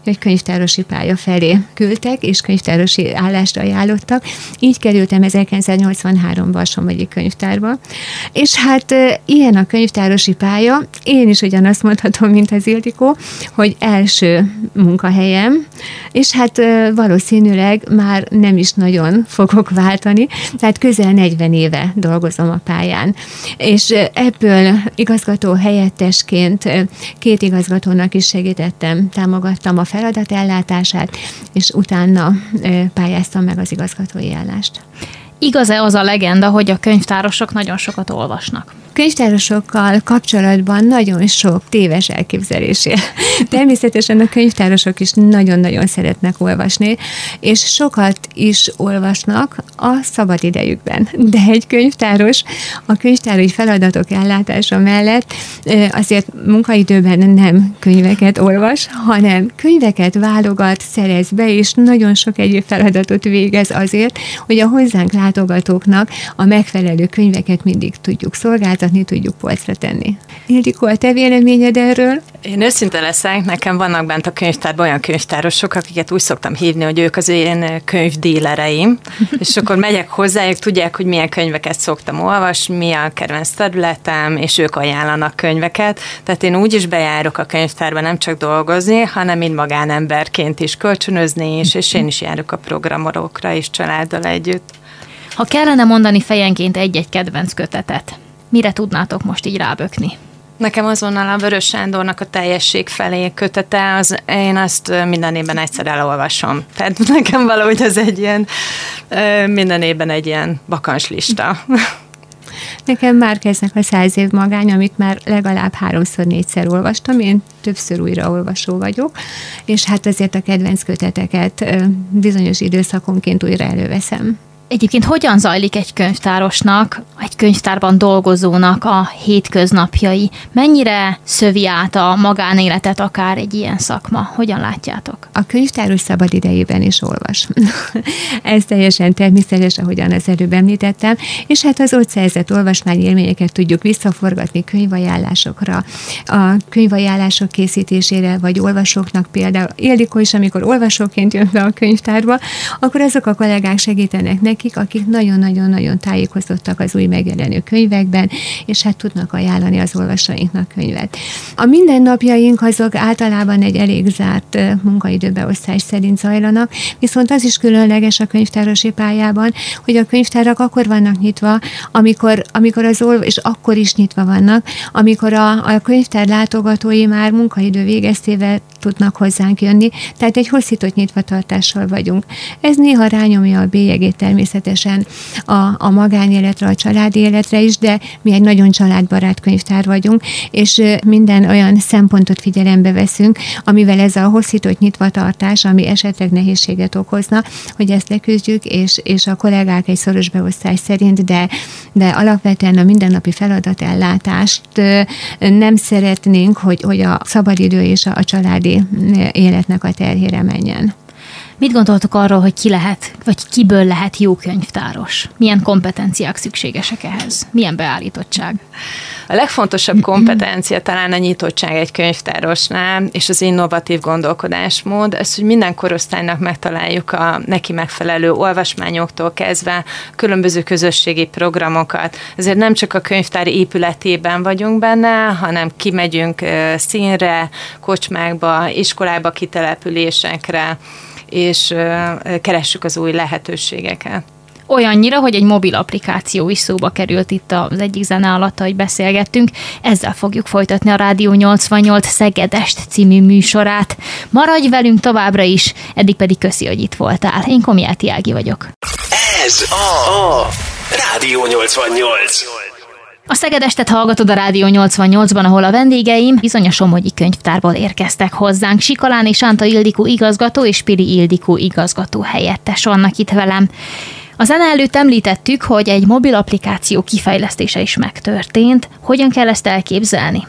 hogy könyvtárosi pálya felé küldtek, és könyvtárosi állásra ajánlottak. Így kerültem ezerkilencszáznyolcvanháromban a Somogyi Könyvtárba. És hát ilyen a könyvtárosi pálya. Én is ugyanazt mondhatom, mint az Ildikó, hogy első munkahelyem, és hát valószínűleg már nem is nagyon fogok váltani, tehát közel negyven éve dolgozom a pályán. És ebből igazgató helyettesként két igazgatónak is segítettem, támogattam a feladatellátását, és utána pályáztam meg az igazgatói állást. Igaz-e az a legenda, hogy a könyvtárosok nagyon sokat olvasnak? Könyvtárosokkal kapcsolatban nagyon sok téves elképzelés él. Természetesen a könyvtárosok is nagyon-nagyon szeretnek olvasni, és sokat is olvasnak a szabadidejükben. De egy könyvtáros a könyvtári feladatok ellátása mellett azért munkaidőben nem könyveket olvas, hanem könyveket válogat, szerez be, és nagyon sok egyéb feladatot végez azért, hogy a hozzánk látogatóknak a megfelelő könyveket mindig tudjuk szolgáltatni, tudjuk polcra tenni. Ildikó, a te véleményed erről? Én őszinte leszek, nekem vannak bent a könyvtárban olyan könyvtárosok, akiket úgy szoktam hívni, hogy ők az én könyvdílereim, és akkor megyek hozzájuk, tudják, hogy milyen könyveket szoktam olvasni, mi a kedvenc területem, és ők ajánlanak könyveket. Tehát én úgy is bejárok a könyvtárba nem csak dolgozni, hanem mind magánemberként is kölcsönözni is, és én is járok a programokra és családdal együtt. Ha kellene mondani fejenként egy-egy kedvenc kötetet, mire tudnátok most így rábökni? Nekem azonnal a Vörös Sándornak a Teljesség felé kötete, az, én azt minden évben egyszer elolvasom. Tehát nekem valahogy az egy ilyen, minden évben egy ilyen bakancslista. Nekem Márqueznek a Száz év magány, amit már legalább háromszor, négyszer olvastam, én többször újraolvasó vagyok, és hát azért a kedvenc köteteket bizonyos időszakonként újra előveszem. Egyébként hogyan zajlik egy könyvtárosnak, egy könyvtárban dolgozónak a hétköznapjai? Mennyire szövi át a magánéletet akár egy ilyen szakma? Hogyan látjátok? A könyvtáros szabadidejében is olvas. Ez teljesen természetes, ahogyan az előbb említettem, és hát az ott szerzett olvasmányélményeket tudjuk visszaforgatni könyvajánlásokra, a könyvajánlások készítésére, vagy olvasóknak például. Ildikó is, amikor olvasóként jön be a könyvtárba, akkor azok a kollégák segítenek neki, akik nagyon-nagyon-nagyon tájékozottak az új megjelenő könyvekben, és hát tudnak ajánlani az olvasóinknak könyvet. A mindennapjaink azok általában egy elég zárt munkaidőbeosztás szerint zajlanak, viszont az is különleges a könyvtárosi pályában, hogy a könyvtárak akkor vannak nyitva, amikor, amikor az olv- és akkor is nyitva vannak, amikor a, a könyvtár látogatói már munkaidő végeztével tudnak hozzánk jönni, tehát egy hosszított nyitvatartással vagyunk. Ez néha rányomja a bélyegét természetesen a, a magánéletre, a családi életre is, de mi egy nagyon családbarát könyvtár vagyunk, és minden olyan szempontot figyelembe veszünk, amivel ez a hosszított nyitvatartás, ami esetleg nehézséget okozna, hogy ezt leküzdjük, és, és a kollégák egy szoros beosztás szerint, de, de alapvetően a mindennapi feladatellátást nem szeretnénk, hogy, hogy a szabadidő és a, a családi életnek a terhére menjen. Mit gondoltok arról, hogy ki lehet, vagy kiből lehet jó könyvtáros? Milyen kompetenciák szükségesek ehhez? Milyen beállítottság? A legfontosabb kompetencia talán a nyitottság egy könyvtárosnál, és az innovatív gondolkodásmód, ez, hogy minden korosztálynak megtaláljuk a neki megfelelő olvasmányoktól kezdve különböző közösségi programokat. Ezért nem csak a könyvtár épületében vagyunk benne, hanem kimegyünk színre, kocsmákba, iskolába, kitelepülésekre, és keressük az új lehetőségeket. Olyannyira, hogy egy mobil applikáció is szóba került itt az egyik zene alatt, ahogy beszélgettünk. Ezzel fogjuk folytatni a Rádió nyolcvannyolc Szegedest című műsorát. Maradj velünk továbbra is, eddig pedig köszi, hogy itt voltál. Én Komjáti Ági vagyok. Ez a, a Rádió nyolcvannyolc. A Szegedestet hallgatod a Rádió nyolcvannyolcban, ahol a vendégeim bizony a Somogyi Könyvtárból érkeztek hozzánk. Sikaláni Sánta Ildikó igazgató és Piri Ildikó igazgató helyettes vannak itt velem. A zene előtt említettük, hogy egy mobil applikáció kifejlesztése is megtörtént. Hogyan kell ezt elképzelni?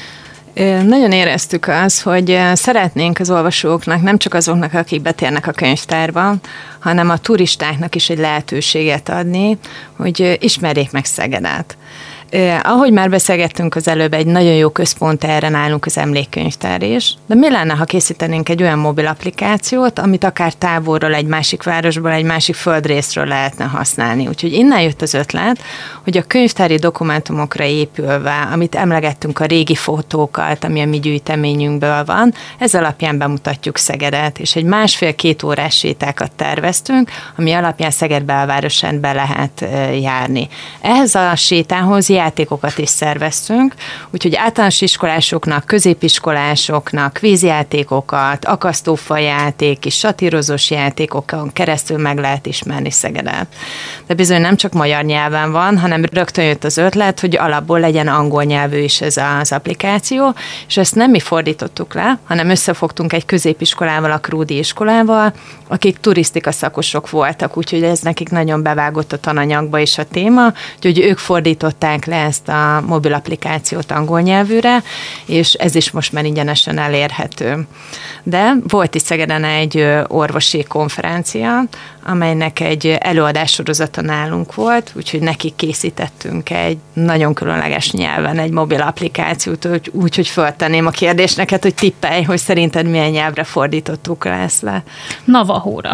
Nagyon éreztük azt, hogy szeretnénk az olvasóknak, nem csak azoknak, akik betérnek a könyvtárba, hanem a turistáknak is egy lehetőséget adni, hogy ismerjék meg Szegedet. Eh, ahogy már beszélgettünk az előbb, egy nagyon jó központ erre nálunk az emlékkönyvtár is, de mi lenne, ha készítenénk egy olyan mobil applikációt, amit akár távolról, egy másik városból, egy másik földrészről lehetne használni. Úgyhogy innen jött az ötlet, hogy a könyvtári dokumentumokra épülve, amit emlegettünk, a régi fotókat, ami a mi gyűjteményünkből van, ez alapján bemutatjuk Szegedet, és egy másfél-két órás sétákat terveztünk, ami alapján Szeged belvárosán be lehet járni. Ehhez a sétához játékokat is szerveztünk, úgyhogy általános iskolásoknak, középiskolásoknak vízjátékokat, akasztófajáték és satírozós játékokon keresztül meg lehet ismerni Szegedet. De bizony nem csak magyar nyelven van, hanem rögtön jött az ötlet, hogy alapból legyen angol nyelvű is ez az applikáció, és ezt nem mi fordítottuk le, hanem összefogtunk egy középiskolával, a Krúdi iskolával, akik turisztika szakosok voltak, úgyhogy ez nekik nagyon bevágott a tananyagba is a téma, úgyhogy ők fordították le ezt a mobil applikációt angol nyelvűre, és ez is most már ingyenesen elérhető. De volt itt Szegeden egy orvosi konferencia, amelynek egy előadássorozata nálunk volt, úgyhogy nekik készítettünk egy nagyon különleges nyelven egy mobil applikációt, úgyhogy föltenném a kérdést neked, hogy tippelj, hogy szerinted milyen nyelvre fordítottuk le ezt le. Navahóra.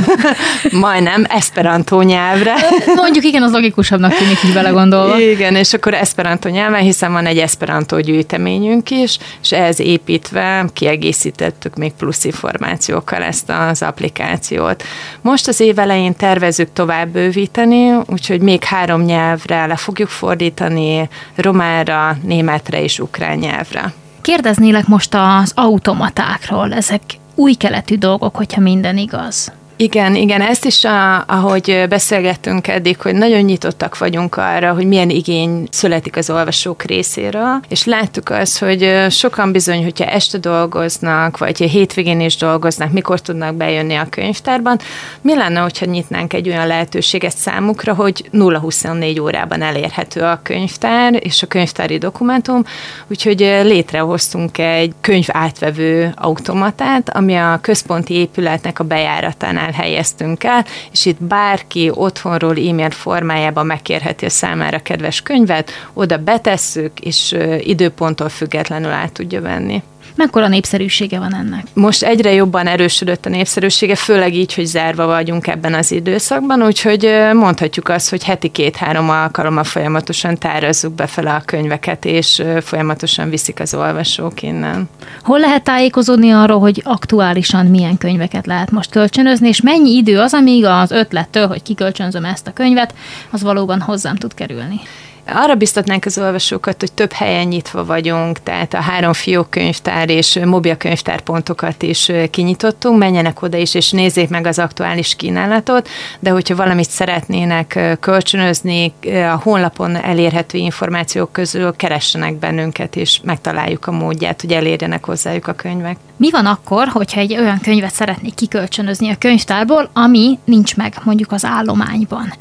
Majdnem, esperanto nyelvre. Mondjuk igen, az logikusabbnak tűnik így belegondolva. Igen, és akkor esperanto nyelven, hiszen van egy esperanto gyűjteményünk is, és ehhez építve kiegészítettük még plusz információkkal ezt az applikációt. Most az év elején tervezzük tovább bővíteni, úgyhogy még három nyelvre le fogjuk fordítani, románra, németre és ukrán nyelvre. Kérdeznélek most az automatákról, ezek új keletű dolgok, hogyha minden igaz. Igen, igen, ezt is, a, ahogy beszélgettünk eddig, hogy nagyon nyitottak vagyunk arra, hogy milyen igény születik az olvasók részéről, és láttuk azt, hogy sokan bizony, hogyha este dolgoznak, vagy hétvégén is dolgoznak, mikor tudnak bejönni a könyvtárban, mi lenne, hogyha nyitnánk egy olyan lehetőséget számukra, hogy nulla huszonnégy órában elérhető a könyvtár és a könyvtári dokumentum, úgyhogy létrehoztunk egy könyv átvevő automatát, ami a központi épületnek a bejáratánál helyeztünk el, és itt bárki otthonról e-mail formájában megkérheti a számára kedves könyvet, oda betesszük, és időponttól függetlenül át tudja venni. Mekkora népszerűsége van ennek? Most egyre jobban erősödött a népszerűsége, főleg így, hogy zárva vagyunk ebben az időszakban, úgyhogy mondhatjuk azt, hogy heti két-három alkalommal folyamatosan tárazzuk befele a könyveket, és folyamatosan viszik az olvasók innen. Hol lehet tájékozódni arról, hogy aktuálisan milyen könyveket lehet most kölcsönözni, és mennyi idő az, amíg az ötlettől, hogy kikölcsönzöm ezt a könyvet, az valóban hozzám tud kerülni? Arra biztatnánk az olvasókat, hogy több helyen nyitva vagyunk, tehát a három fiókkönyvtár és mobilkönyvtár pontokat is kinyitottunk, menjenek oda is, és nézzék meg az aktuális kínálatot, de hogyha valamit szeretnének kölcsönözni, a honlapon elérhető információk közül keressenek bennünket, és megtaláljuk a módját, hogy elérjenek hozzájuk a könyvek. Mi van akkor, hogyha egy olyan könyvet szeretnék kikölcsönözni a könyvtárból, ami nincs meg mondjuk az állományban?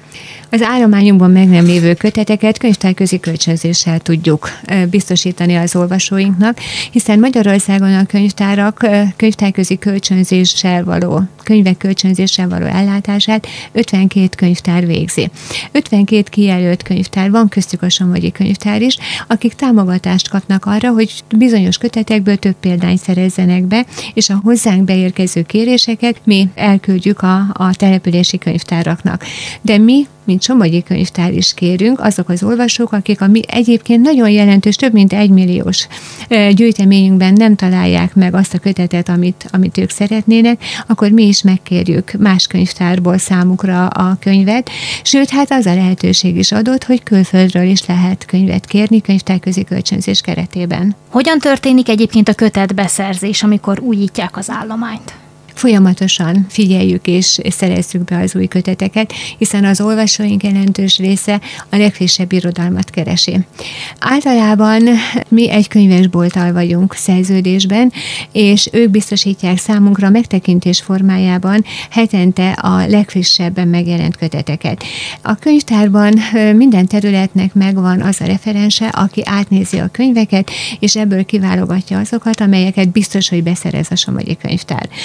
Az állományunkban meg nem lévő köteteket könyvtárközi kölcsönzéssel tudjuk biztosítani az olvasóinknak, hiszen Magyarországon a könyvtárak könyvtárközi kölcsönzéssel való, könyvek kölcsönzéssel való ellátását ötvenkét könyvtár végzi. ötvenkét kijelölt könyvtár van, köztük a Somogyi Könyvtár is, akik támogatást kapnak arra, hogy bizonyos kötetekből több példányt szerezzenek be, és a hozzánk beérkező kéréseket mi elküldjük a, a települési könyvtáraknak. De mi, mint Somogyi Könyvtár is kérünk, azok az olvasók, akik a mi egyébként nagyon jelentős, több mint egymilliós gyűjteményünkben nem találják meg azt a kötetet, amit, amit ők szeretnének, akkor mi is megkérjük más könyvtárból számukra a könyvet, sőt, hát az a lehetőség is adott, hogy külföldről is lehet könyvet kérni könyvtárközi kölcsönzés keretében. Hogyan történik egyébként a kötetbeszerzés, amikor újítják az állományt? Folyamatosan figyeljük és szerezzük be az új köteteket, hiszen az olvasóink jelentős része a legfrissebb irodalmat keresi. Általában mi egy könyvesbolttal vagyunk szerződésben, és ők biztosítják számunkra megtekintés formájában hetente a legfrissebben megjelent köteteket. A könyvtárban minden területnek megvan az a referense, aki átnézi a könyveket, és ebből kiválogatja azokat, amelyeket biztos, hogy beszerez a Somogyi Könyvtár.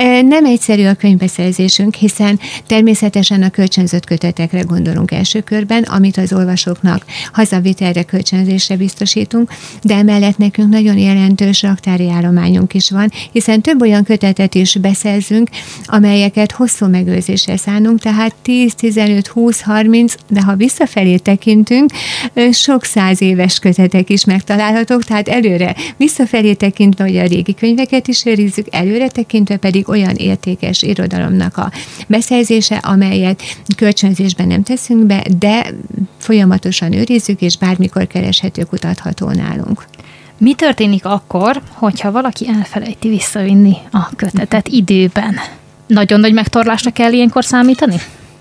Nem egyszerű a könyvbeszerzésünk, hiszen természetesen a kölcsönzött kötetekre gondolunk első körben, amit az olvasóknak hazavitelre, kölcsönzésre biztosítunk, de emellett nekünk nagyon jelentős raktári állományunk is van, hiszen több olyan kötetet is beszerzünk, amelyeket hosszú megőrzésre szánunk, tehát tíz, tizenöt, húsz, harminc, de ha visszafelé tekintünk, sok száz éves kötetek is megtalálhatók, tehát előre visszafelé tekintve, hogy a régi könyveket is őrizzük, előre tekintve pedig olyan értékes irodalomnak a beszerzése, amelyet kölcsönzésben nem teszünk be, de folyamatosan őrizzük, és bármikor kereshető, kutatható nálunk. Mi történik akkor, hogyha valaki elfelejti visszavinni a kötetet időben? Nagyon nagy megtorlásra kell ilyenkor számítani?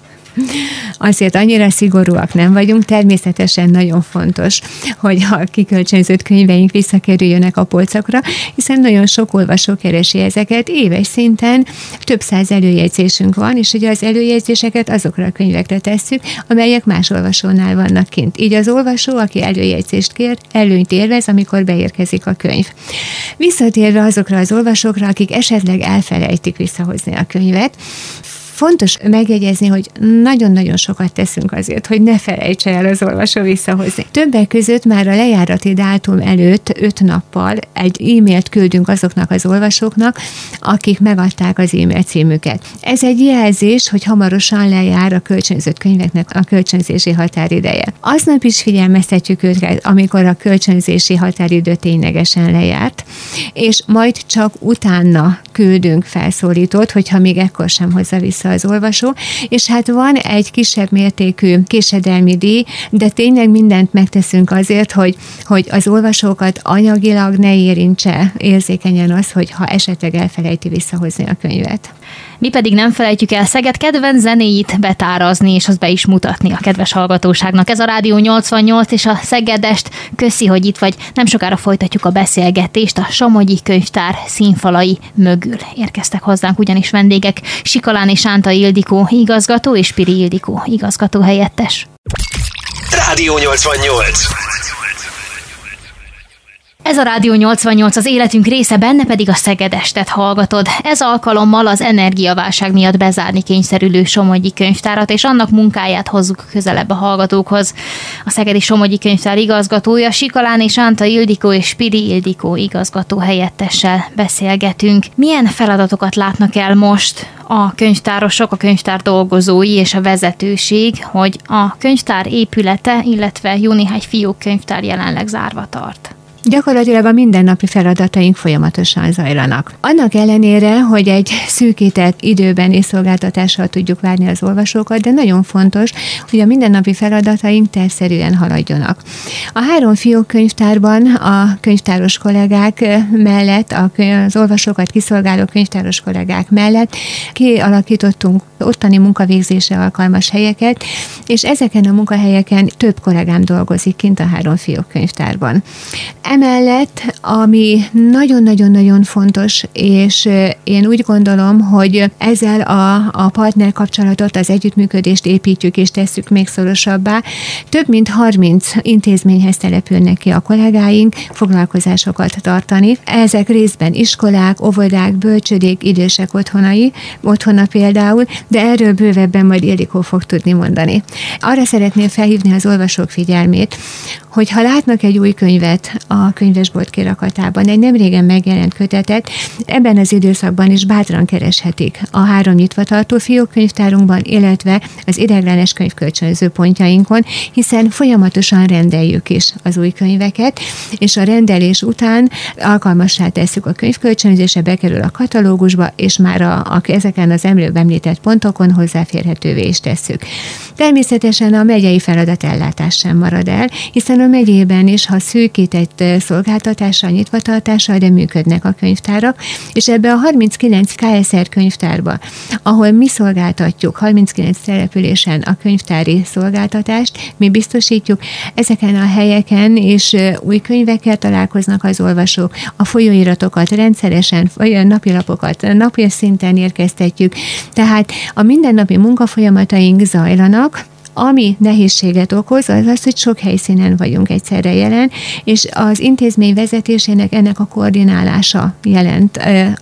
Azért annyira szigorúak nem vagyunk, természetesen nagyon fontos, hogy a kikölcsönzött könyveink visszakerüljönek a polcokra, hiszen nagyon sok olvasó keresi ezeket, éves szinten több száz előjegyzésünk van, és ugye az előjegyzéseket azokra a könyvekre tesszük, amelyek más olvasónál vannak kint. Így az olvasó, aki előjegyzést kér, előnyt élvez, amikor beérkezik a könyv. Visszatérve azokra az olvasókra, akik esetleg elfelejtik visszahozni a könyvet, fontos megjegyezni, hogy nagyon-nagyon sokat teszünk azért, hogy ne felejtse el az olvasó visszahozni. Többek között már a lejárati dátum előtt öt nappal egy e-mailt küldünk azoknak az olvasóknak, akik megadták az e-mail címüket. Ez egy jelzés, hogy hamarosan lejár a kölcsönzött könyveknek a kölcsönzési határideje. Aznap is figyelmeztetjük őket, amikor a kölcsönzési határidő ténylegesen lejárt, és majd csak utána küldünk felszólítót, hogyha még ekkor sem hozza vissza az olvasó, és hát van egy kisebb mértékű késedelmi díj, de tényleg mindent megteszünk azért, hogy, hogy az olvasókat anyagilag ne érintse érzékenyen az, hogy ha esetleg elfelejti visszahozni a könyvet. Mi pedig nem felejtjük el Szeged kedvenc zenéit betárazni, és azt be is mutatni a kedves hallgatóságnak. Ez a Rádió nyolcvannyolc és a Szegedest. Köszi, hogy itt vagy. Nem sokára folytatjuk a beszélgetést. A Somogyi Könyvtár színfalai mögül érkeztek hozzánk ugyanis vendégek. Sikalán és Sánta Ildikó igazgató és Piri Ildikó igazgató helyettes. Rádió nyolcvannyolc. Ez a Rádió nyolcvannyolc, az életünk része, benne pedig a Szegedestet hallgatod. Ez alkalommal az energiaválság miatt bezárni kényszerülő Somogyi Könyvtárat és annak munkáját hozzuk közelebb a hallgatókhoz. A Szegedi Somogyi Könyvtár igazgatója Sikalán és Sánta Ildikó és Piri Ildikó igazgató helyettessel beszélgetünk. Milyen feladatokat látnak el most a könyvtárosok, a könyvtár dolgozói és a vezetőség, hogy a könyvtár épülete, illetve jó néhány fiókkönyvtár jelenleg zárva tart? Gyakorlatilag a mindennapi feladataink folyamatosan zajlanak. Annak ellenére, hogy egy szűkített időben és szolgáltatással tudjuk várni az olvasókat, de nagyon fontos, hogy a mindennapi feladataink tervszerűen haladjanak. A három fiókkönyvtárban a könyvtáros kollégák mellett, az olvasókat kiszolgáló könyvtáros kollégák mellett kialakítottunk ottani munkavégzésre alkalmas helyeket, és ezeken a munkahelyeken több kollégám dolgozik kint a három fiókkönyvtárban. Emellett, ami nagyon-nagyon-nagyon fontos, és én úgy gondolom, hogy ezzel a, a partner kapcsolatot, az együttműködést építjük és tesszük még szorosabbá. Több mint harminc intézményhez települnek ki a kollégáink foglalkozásokat tartani. Ezek részben iskolák, óvodák, bölcsödék, idősek otthonai, otthona például, de erről bővebben majd Ildikó fog tudni mondani. Arra szeretném felhívni az olvasók figyelmét, hogy ha látnak egy új könyvet a könyvesbolt kirakatában, egy nem régen megjelent kötetet, ebben az időszakban is bátran kereshetik a három nyitvatartó fiókkönyvtárunkban, illetve az ideiglenes könyvkölcsönző pontjainkon, hiszen folyamatosan rendeljük is az új könyveket, és a rendelés után alkalmassá tesszük a könyvkölcsönzésre, bekerül a katalógusba, és már a, a, ezeken az előbb említett pontokon hozzáférhetővé is tesszük. Természetesen a megyei feladatellátás sem marad el, hiszen a megyében is, ha szűkített szolgáltatással, nyitvatartással, de működnek a könyvtárak, és ebbe a harminckilenc ká es er könyvtárba, ahol mi szolgáltatjuk harminckilenc településen a könyvtári szolgáltatást, mi biztosítjuk, ezeken a helyeken és új könyvekkel találkoznak az olvasók, a folyóiratokat rendszeresen, vagy napilapokat napi szinten érkeztetjük, tehát a mindennapi munkafolyamataink zajlanak, Ami nehézséget okoz, az az, hogy sok helyszínen vagyunk egyszerre jelen, és az intézmény vezetésének ennek a koordinálása jelent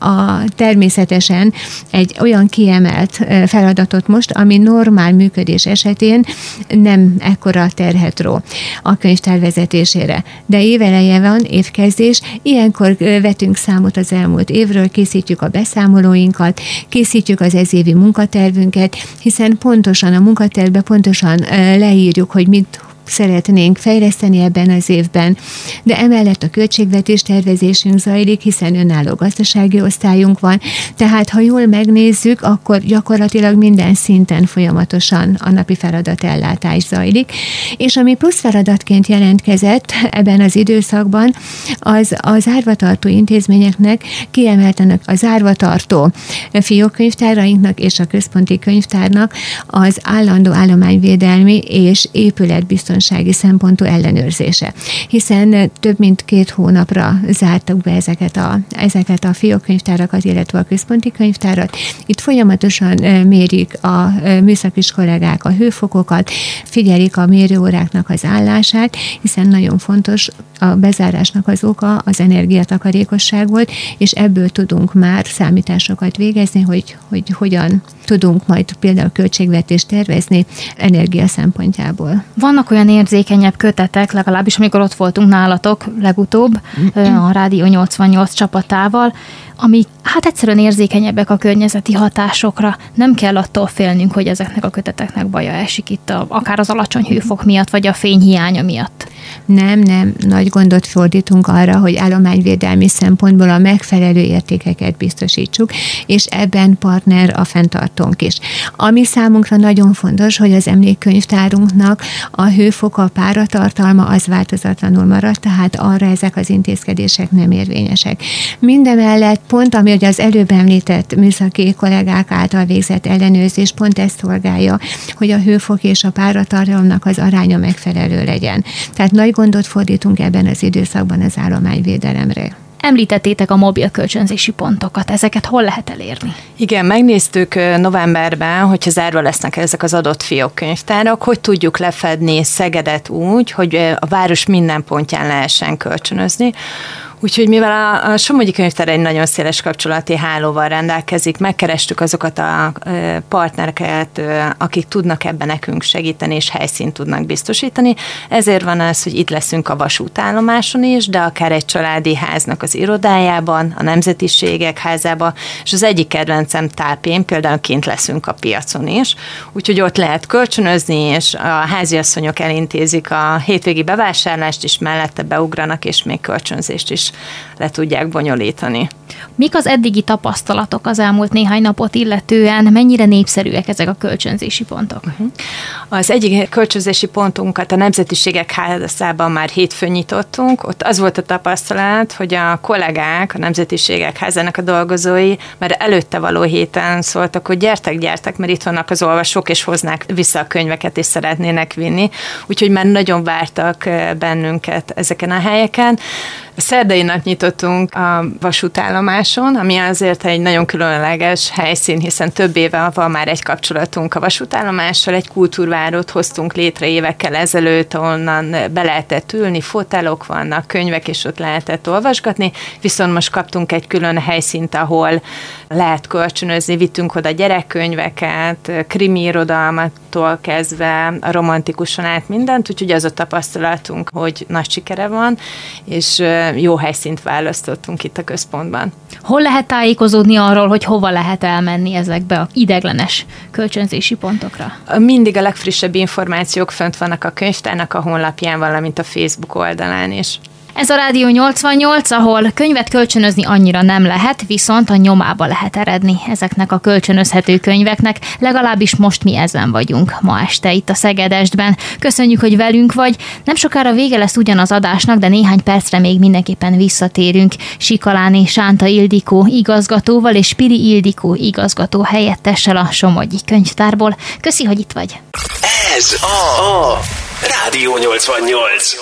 a természetesen egy olyan kiemelt feladatot most, ami normál működés esetén nem ekkora terhet ró a könyvtár vezetésére. De éveleje van, évkezdés, ilyenkor vetünk számot az elmúlt évről, készítjük a beszámolóinkat, készítjük az ezévi munkatervünket, hiszen pontosan a munkatervben pontosan leírjuk, hogy mit szeretnénk fejleszteni ebben az évben, de emellett a költségvetés tervezésünk zajlik, hiszen önálló gazdasági osztályunk van, tehát ha jól megnézzük, akkor gyakorlatilag minden szinten folyamatosan a napi feladatellátás zajlik, és ami plusz feladatként jelentkezett ebben az időszakban, az a zárvatartó intézményeknek, kiemelten a zárvatartó fiókkönyvtárainknak és a központi könyvtárnak az állandó állományvédelmi és épületbiztonsági szempontú ellenőrzése. Hiszen több mint két hónapra zártak be ezeket a, ezeket a fiókkönyvtárakat, illetve a központi könyvtárat. Itt folyamatosan mérik a műszakis kollégák a hőfokokat, figyelik a mérőóráknak az állását, hiszen nagyon fontos, a bezárásnak az oka az energiatakarékosság volt, és ebből tudunk már számításokat végezni, hogy, hogy hogyan tudunk majd például költségvetést tervezni energia szempontjából. Vannak olyan érzékenyebb kötetek, legalábbis amikor ott voltunk nálatok legutóbb a Rádió nyolcvannyolc csapatával, ami hát egyszerűen érzékenyebbek a környezeti hatásokra. Nem kell attól félnünk, hogy ezeknek a köteteknek baja esik itt, a, akár az alacsony hőfok miatt, vagy a fényhiánya miatt. Nem, nem. Nagy gondot fordítunk arra, hogy állományvédelmi szempontból a megfelelő értékeket biztosítsuk, és ebben partner a fenntartónk is. Ami számunkra nagyon fontos, hogy az emlékkönyvtárunknak a hőfoka, a páratartalma az változatlanul marad, tehát arra ezek az intézkedések nem érvényesek. Mindemellett pont, ami hogy az előbb említett műszaki kollégák által végzett ellenőrzés pont ezt szolgálja, hogy a hőfok és a páratartalomnak az aránya megfelelő legyen. Tehát nagy gondot fordítunk ebben az időszakban az állományvédelemre. Említettétek a mobil kölcsönzési pontokat, ezeket hol lehet elérni? Igen, megnéztük novemberben, hogyha zárva lesznek ezek az adott fiókkönyvtárak, hogy tudjuk lefedni Szegedet úgy, hogy a város minden pontján lehessen kölcsönözni. Úgyhogy mivel a, a Somogyi Könyvtár egy nagyon széles kapcsolati hálóval rendelkezik, megkerestük azokat a partnereket, akik tudnak ebben nekünk segíteni, és helyszínt tudnak biztosítani. Ezért van az, hogy itt leszünk a vasútállomáson is, de akár egy családi háznak az irodájában, a Nemzetiségek házában, és az egyik kedvencem Tápén, például kint leszünk a piacon is. Úgyhogy ott lehet kölcsönözni, és a háziasszonyok elintézik a hétvégi bevásárlást is, mellette beugranak, és még kölcsönzést is le tudják bonyolítani. Mik az eddigi tapasztalatok az elmúlt néhány napot illetően? Mennyire népszerűek ezek a kölcsönzési pontok? Uh-huh. Az egyik kölcsönzési pontunkat a Nemzetiségek házában már hétfőn nyitottunk. Ott az volt a tapasztalat, hogy a kollégák, a Nemzetiségek házának a dolgozói már előtte való héten szóltak, hogy gyertek, gyertek, mert itt vannak az olvasók, és hoznák vissza a könyveket, és szeretnének vinni. Úgyhogy már nagyon vártak bennünket ezeken a helyeken. A szerdai nap nyitottunk a vasútállomáson, ami azért egy nagyon különleges helyszín, hiszen több éve van már egy kapcsolatunk a vasútállomással, egy kultúrvárót hoztunk létre évekkel ezelőtt, onnan be lehetett ülni, fotelok vannak, könyvek, és ott lehetett olvasgatni, viszont most kaptunk egy külön helyszínt, ahol lehet kölcsönözni, vittünk oda gyerekkönyveket, krimi irodalmattól kezdve a romantikuson át mindent, úgyhogy az a tapasztalatunk, hogy nagy sikere van, és jó helyszínt választottunk itt a központban. Hol lehet tájékozódni arról, hogy hova lehet elmenni ezekbe a ideiglenes kölcsönzési pontokra? Mindig a legfrissebb információk fönt vannak a könyvtárnak a honlapján, valamint a Facebook oldalán is. Ez a Rádió nyolcvannyolc, ahol könyvet kölcsönözni annyira nem lehet, viszont a nyomába lehet eredni ezeknek a kölcsönözhető könyveknek. Legalábbis most mi ezen vagyunk ma este itt a Szegedestben. Köszönjük, hogy velünk vagy. Nem sokára vége lesz ugyan az adásnak, de néhány percre még mindenképpen visszatérünk Sikaláné Sánta Ildikó igazgatóval és Piri Ildikó igazgató helyettessel a Somogyi Könyvtárból. Köszi, hogy itt vagy. Ez a, a Rádió nyolcvannyolc.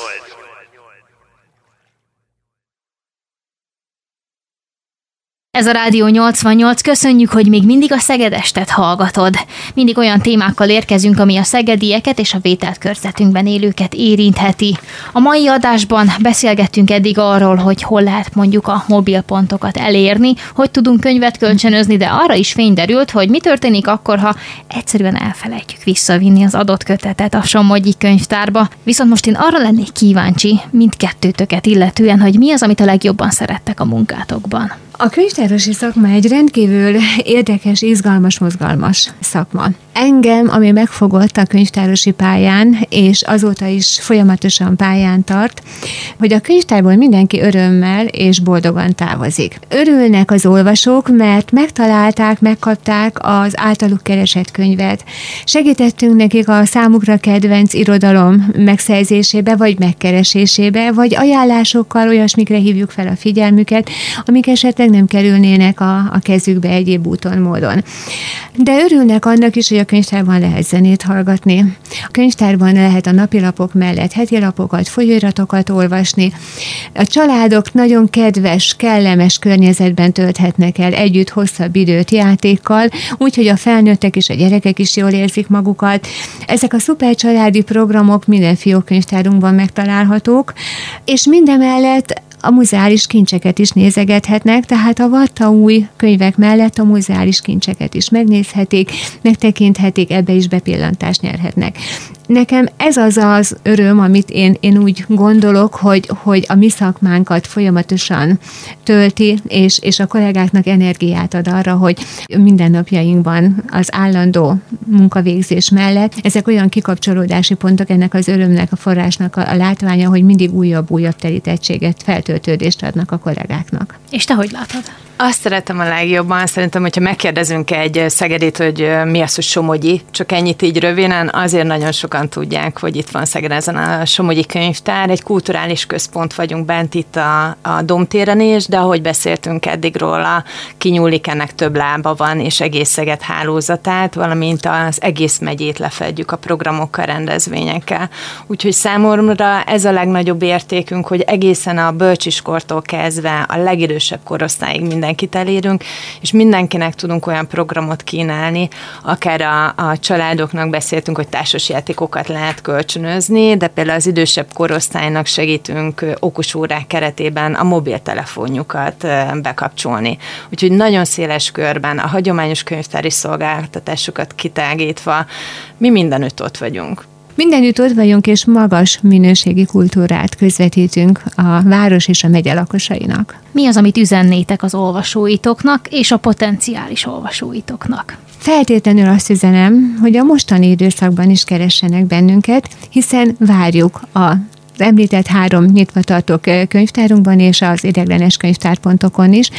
Ez a Rádió nyolcvannyolc, köszönjük, hogy még mindig a Szegedestet hallgatod. Mindig olyan témákkal érkezünk, ami a szegedieket és a vételt körzetünkben élőket érintheti. A mai adásban beszélgettünk eddig arról, hogy hol lehet mondjuk a mobilpontokat elérni, hogy tudunk könyvet kölcsönözni, de arra is fény derült, hogy mi történik akkor, ha egyszerűen elfelejtjük visszavinni az adott kötetet a Somogyi könyvtárba. Viszont most én arra lennék kíváncsi, mindkettőtöket illetően, hogy mi az, amit a legjobban szerettek a munkátokban. A könyvtárosi szakma egy rendkívül érdekes, izgalmas, mozgalmas szakma. Engem, ami megfogott a könyvtárosi pályán, és azóta is folyamatosan pályán tart, hogy a könyvtárból mindenki örömmel és boldogan távozik. Örülnek az olvasók, mert megtalálták, megkapták az általuk keresett könyvet. Segítettünk nekik a számukra kedvenc irodalom megszerzésébe, vagy megkeresésébe, vagy ajánlásokkal olyasmikre hívjuk fel a figyelmüket, amik esetleg nem kerülnének a, a kezükbe egyéb úton, módon. De örülnek annak is, hogy a könyvtárban lehet zenét hallgatni. A könyvtárban lehet a napilapok mellett heti lapokat, folyóiratokat olvasni. A családok nagyon kedves, kellemes környezetben tölthetnek el együtt hosszabb időt játékkal, úgyhogy a felnőttek és a gyerekek is jól érzik magukat. Ezek a szuper családi programok minden fiókönyvtárunkban megtalálhatók, és mindemellett a muzeális kincseket is nézegethetnek, tehát a vatta új könyvek mellett a muzeális kincseket is megnézhetik, megtekinthetik, ebbe is bepillantást nyerhetnek. Nekem ez az az öröm, amit én, én úgy gondolok, hogy, hogy a mi szakmánkat folyamatosan tölti, és, és a kollégáknak energiát ad arra, hogy mindennapjainkban az állandó munkavégzés mellett ezek olyan kikapcsolódási pontok, ennek az örömnek, a forrásnak a, a látványa, hogy mindig újabb-újabb terítettséget, feltöltődést adnak a kollégáknak. És te hogy látod? Azt szeretem a legjobban, szerintem, hogyha megkérdezünk egy szegedit, hogy mi az, hogy Somogyi, csak ennyit így röviden, azért nagyon sokan tudják, hogy itt van Szegeden ezen a Somogyi könyvtár, egy kulturális központ vagyunk bent itt a, a Domtéren is, de ahogy beszéltünk eddig róla, kinyúlik, ennek több lába van, és egész Szeged hálózatát, valamint az egész megyét lefedjük a programokkal, rendezvényekkel. Úgyhogy számomra ez a legnagyobb értékünk, hogy egészen a bölcsiskortól kezdve a legidősebb korosztályig minden mindenkit elérünk, és mindenkinek tudunk olyan programot kínálni, akár a, a családoknak beszéltünk, hogy társasjátékokat lehet kölcsönözni, de például az idősebb korosztálynak segítünk okosórák keretében a mobiltelefonjukat bekapcsolni. Úgyhogy nagyon széles körben a hagyományos könyvtári szolgáltatásokat kitágítva mi mindenütt ott vagyunk. Mindenütt ott vagyunk, és magas minőségi kultúrát közvetítünk a város és a megye lakosainak. Mi az, amit üzennétek az olvasóitoknak és a potenciális olvasóitoknak? Feltétlenül azt üzenem, hogy a mostani időszakban is keressenek bennünket, hiszen várjuk a az említett három nyitva tartó könyvtárunkban és az ideiglenes könyvtárpontokon is,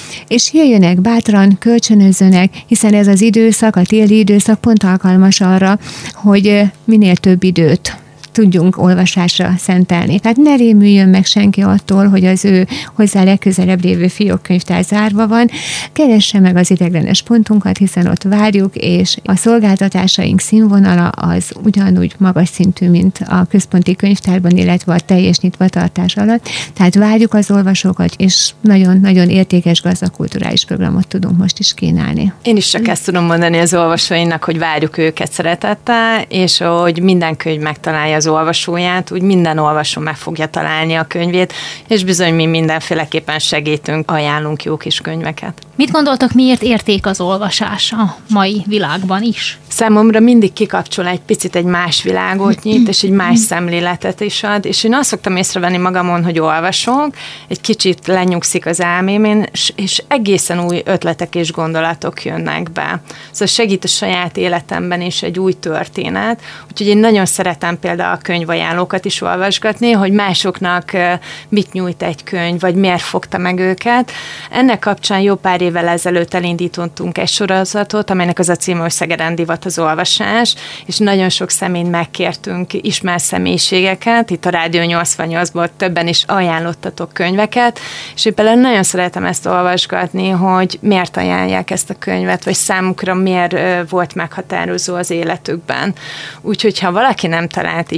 és jöjjönek bátran, kölcsönözzenek, hiszen ez az időszak, a téli időszak pont alkalmas arra, hogy minél több időt tudjunk olvasásra szentelni. Tehát ne rémüljön meg senki attól, hogy az ő hozzá legközelebb lévő fiókkönyvtár zárva van. Keresse meg az ideiglenes pontunkat, hiszen ott várjuk, és a szolgáltatásaink színvonala az ugyanúgy magas szintű, mint a központi könyvtárban, illetve a teljes nyitvatartás alatt. Tehát várjuk az olvasókat, és nagyon-nagyon értékes gazdag kulturális programot tudunk most is kínálni. Én is csak ezt tudom mondani az olvasóinak, hogy várjuk őket szeretettel, és hogy minden könyv megtalálja az olvasóját, úgy minden olvasó meg fogja találni a könyvét, és bizony mi mindenféleképpen segítünk, ajánlunk jó kis könyveket. Mit gondoltok, miért érték az olvasás a mai világban is? Számomra mindig kikapcsol egy picit, egy más világot nyit, és egy más szemléletet is ad, és én azt szoktam észrevenni magamon, hogy olvasok, egy kicsit lenyugszik az elmém, és egészen új ötletek és gondolatok jönnek be. Szóval segít a saját életemben is egy új történet, úgyhogy én nagyon szeretem például a könyvajánlókat is olvasgatni, hogy másoknak mit nyújt egy könyv, vagy miért fogta meg őket. Ennek kapcsán jó pár évvel ezelőtt elindítottunk egy sorozatot, amelynek az a címe, hogy Szegeden divat az olvasás, és nagyon sok személyt megkértünk, ismert személyiségeket, itt a Rádió nyolcvannyolcból többen is ajánlottatok könyveket, és én például nagyon szeretem ezt olvasgatni, hogy miért ajánlják ezt a könyvet, vagy számukra miért volt meghatározó az életükben. Úgyhogy ha valaki nem talált így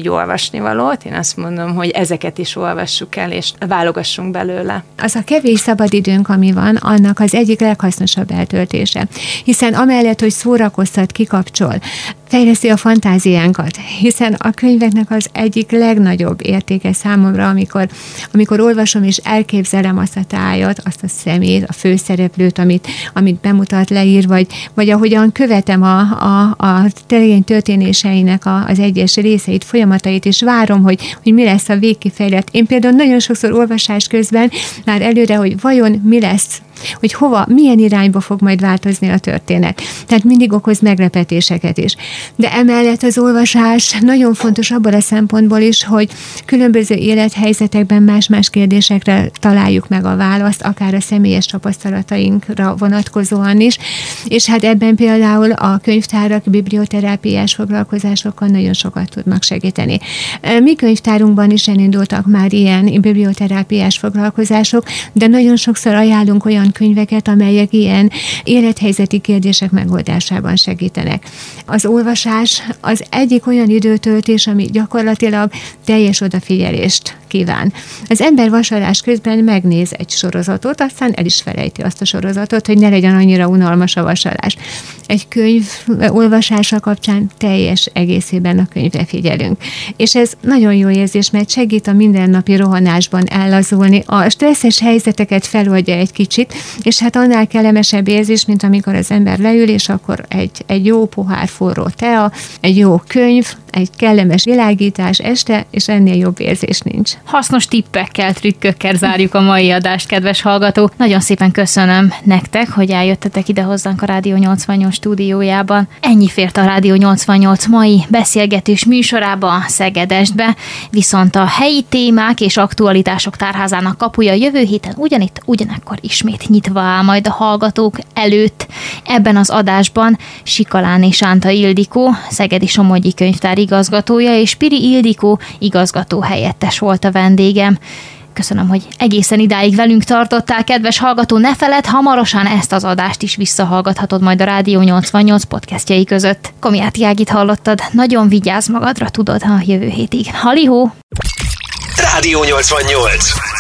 így olvasnivalót. Én azt mondom, hogy ezeket is olvassuk el, és válogassunk belőle. Az a kevés szabadidőnk, ami van, annak az egyik leghasznosabb eltöltése. Hiszen amellett, hogy szórakoztat, kikapcsol, fejleszti a fantáziánkat, hiszen a könyveknek az egyik legnagyobb értéke számomra, amikor, amikor olvasom és elképzelem azt a tájat, azt a szemét, a főszereplőt, amit, amit bemutat, leír, vagy, vagy ahogyan követem a, a, a regény történéseinek a, az egyes részeit, folyamatait, és várom, hogy, hogy mi lesz a végkifejlet. Én például nagyon sokszor olvasás közben már előre, hogy vajon mi lesz, hogy hova, milyen irányba fog majd változni a történet. Tehát mindig okoz meglepetéseket is. De emellett az olvasás nagyon fontos abban a szempontból is, hogy különböző élethelyzetekben más-más kérdésekre találjuk meg a választ, akár a személyes tapasztalatainkra vonatkozóan is, és hát ebben például a könyvtárak biblioterápiás foglalkozásokkal nagyon sokat tudnak segíteni. Mi könyvtárunkban is elindultak már ilyen biblioterápiás foglalkozások, de nagyon sokszor ajánlunk olyan könyveket, amelyek ilyen élethelyzeti kérdések megoldásában segítenek. Az olvasás az egyik olyan időtöltés, ami gyakorlatilag teljes odafigyelést kíván. Az ember vasalás közben megnéz egy sorozatot, aztán el is felejti azt a sorozatot, hogy ne legyen annyira unalmas a vasalás. Egy könyv olvasása kapcsán teljes egészében a könyvre figyelünk. És ez nagyon jó érzés, mert segít a mindennapi rohanásban ellazulni, a stresszes helyzeteket feloldja egy kicsit, és hát annál kellemesebb érzés, mint amikor az ember leül, és akkor egy, egy jó pohár forró tea, egy jó könyv, egy kellemes világítás este, és ennél jobb érzés nincs. Hasznos tippekkel, trükkökkel zárjuk a mai adást, kedves hallgató. Nagyon szépen köszönöm nektek, hogy eljöttetek ide hozzánk a Rádió nyolcvannyolc stúdiójában. Ennyi fért a Rádió nyolcvannyolc mai beszélgetős műsorába, Szegedestbe, viszont a helyi témák és aktualitások tárházának kapuja jövő héten ugyanitt, ugyanekkor ismét nyitva áll majd a hallgatók előtt. Ebben az adásban Sikaláné Sánta Ildikó, Szegedi Somogyi Könyvtár igazgatója, és Piri Ildikó igazgató helyettes volt a vendégem. Köszönöm, hogy egészen idáig velünk tartottál, kedves hallgató, ne feledd, hamarosan ezt az adást is visszahallgathatod majd a Rádió nyolcvannyolc podcastjai között. Komjáti Ágit hallottad, nagyon vigyázz magadra, tudod, ha jövő hétig. Halihó! Rádió nyolcvannyolc.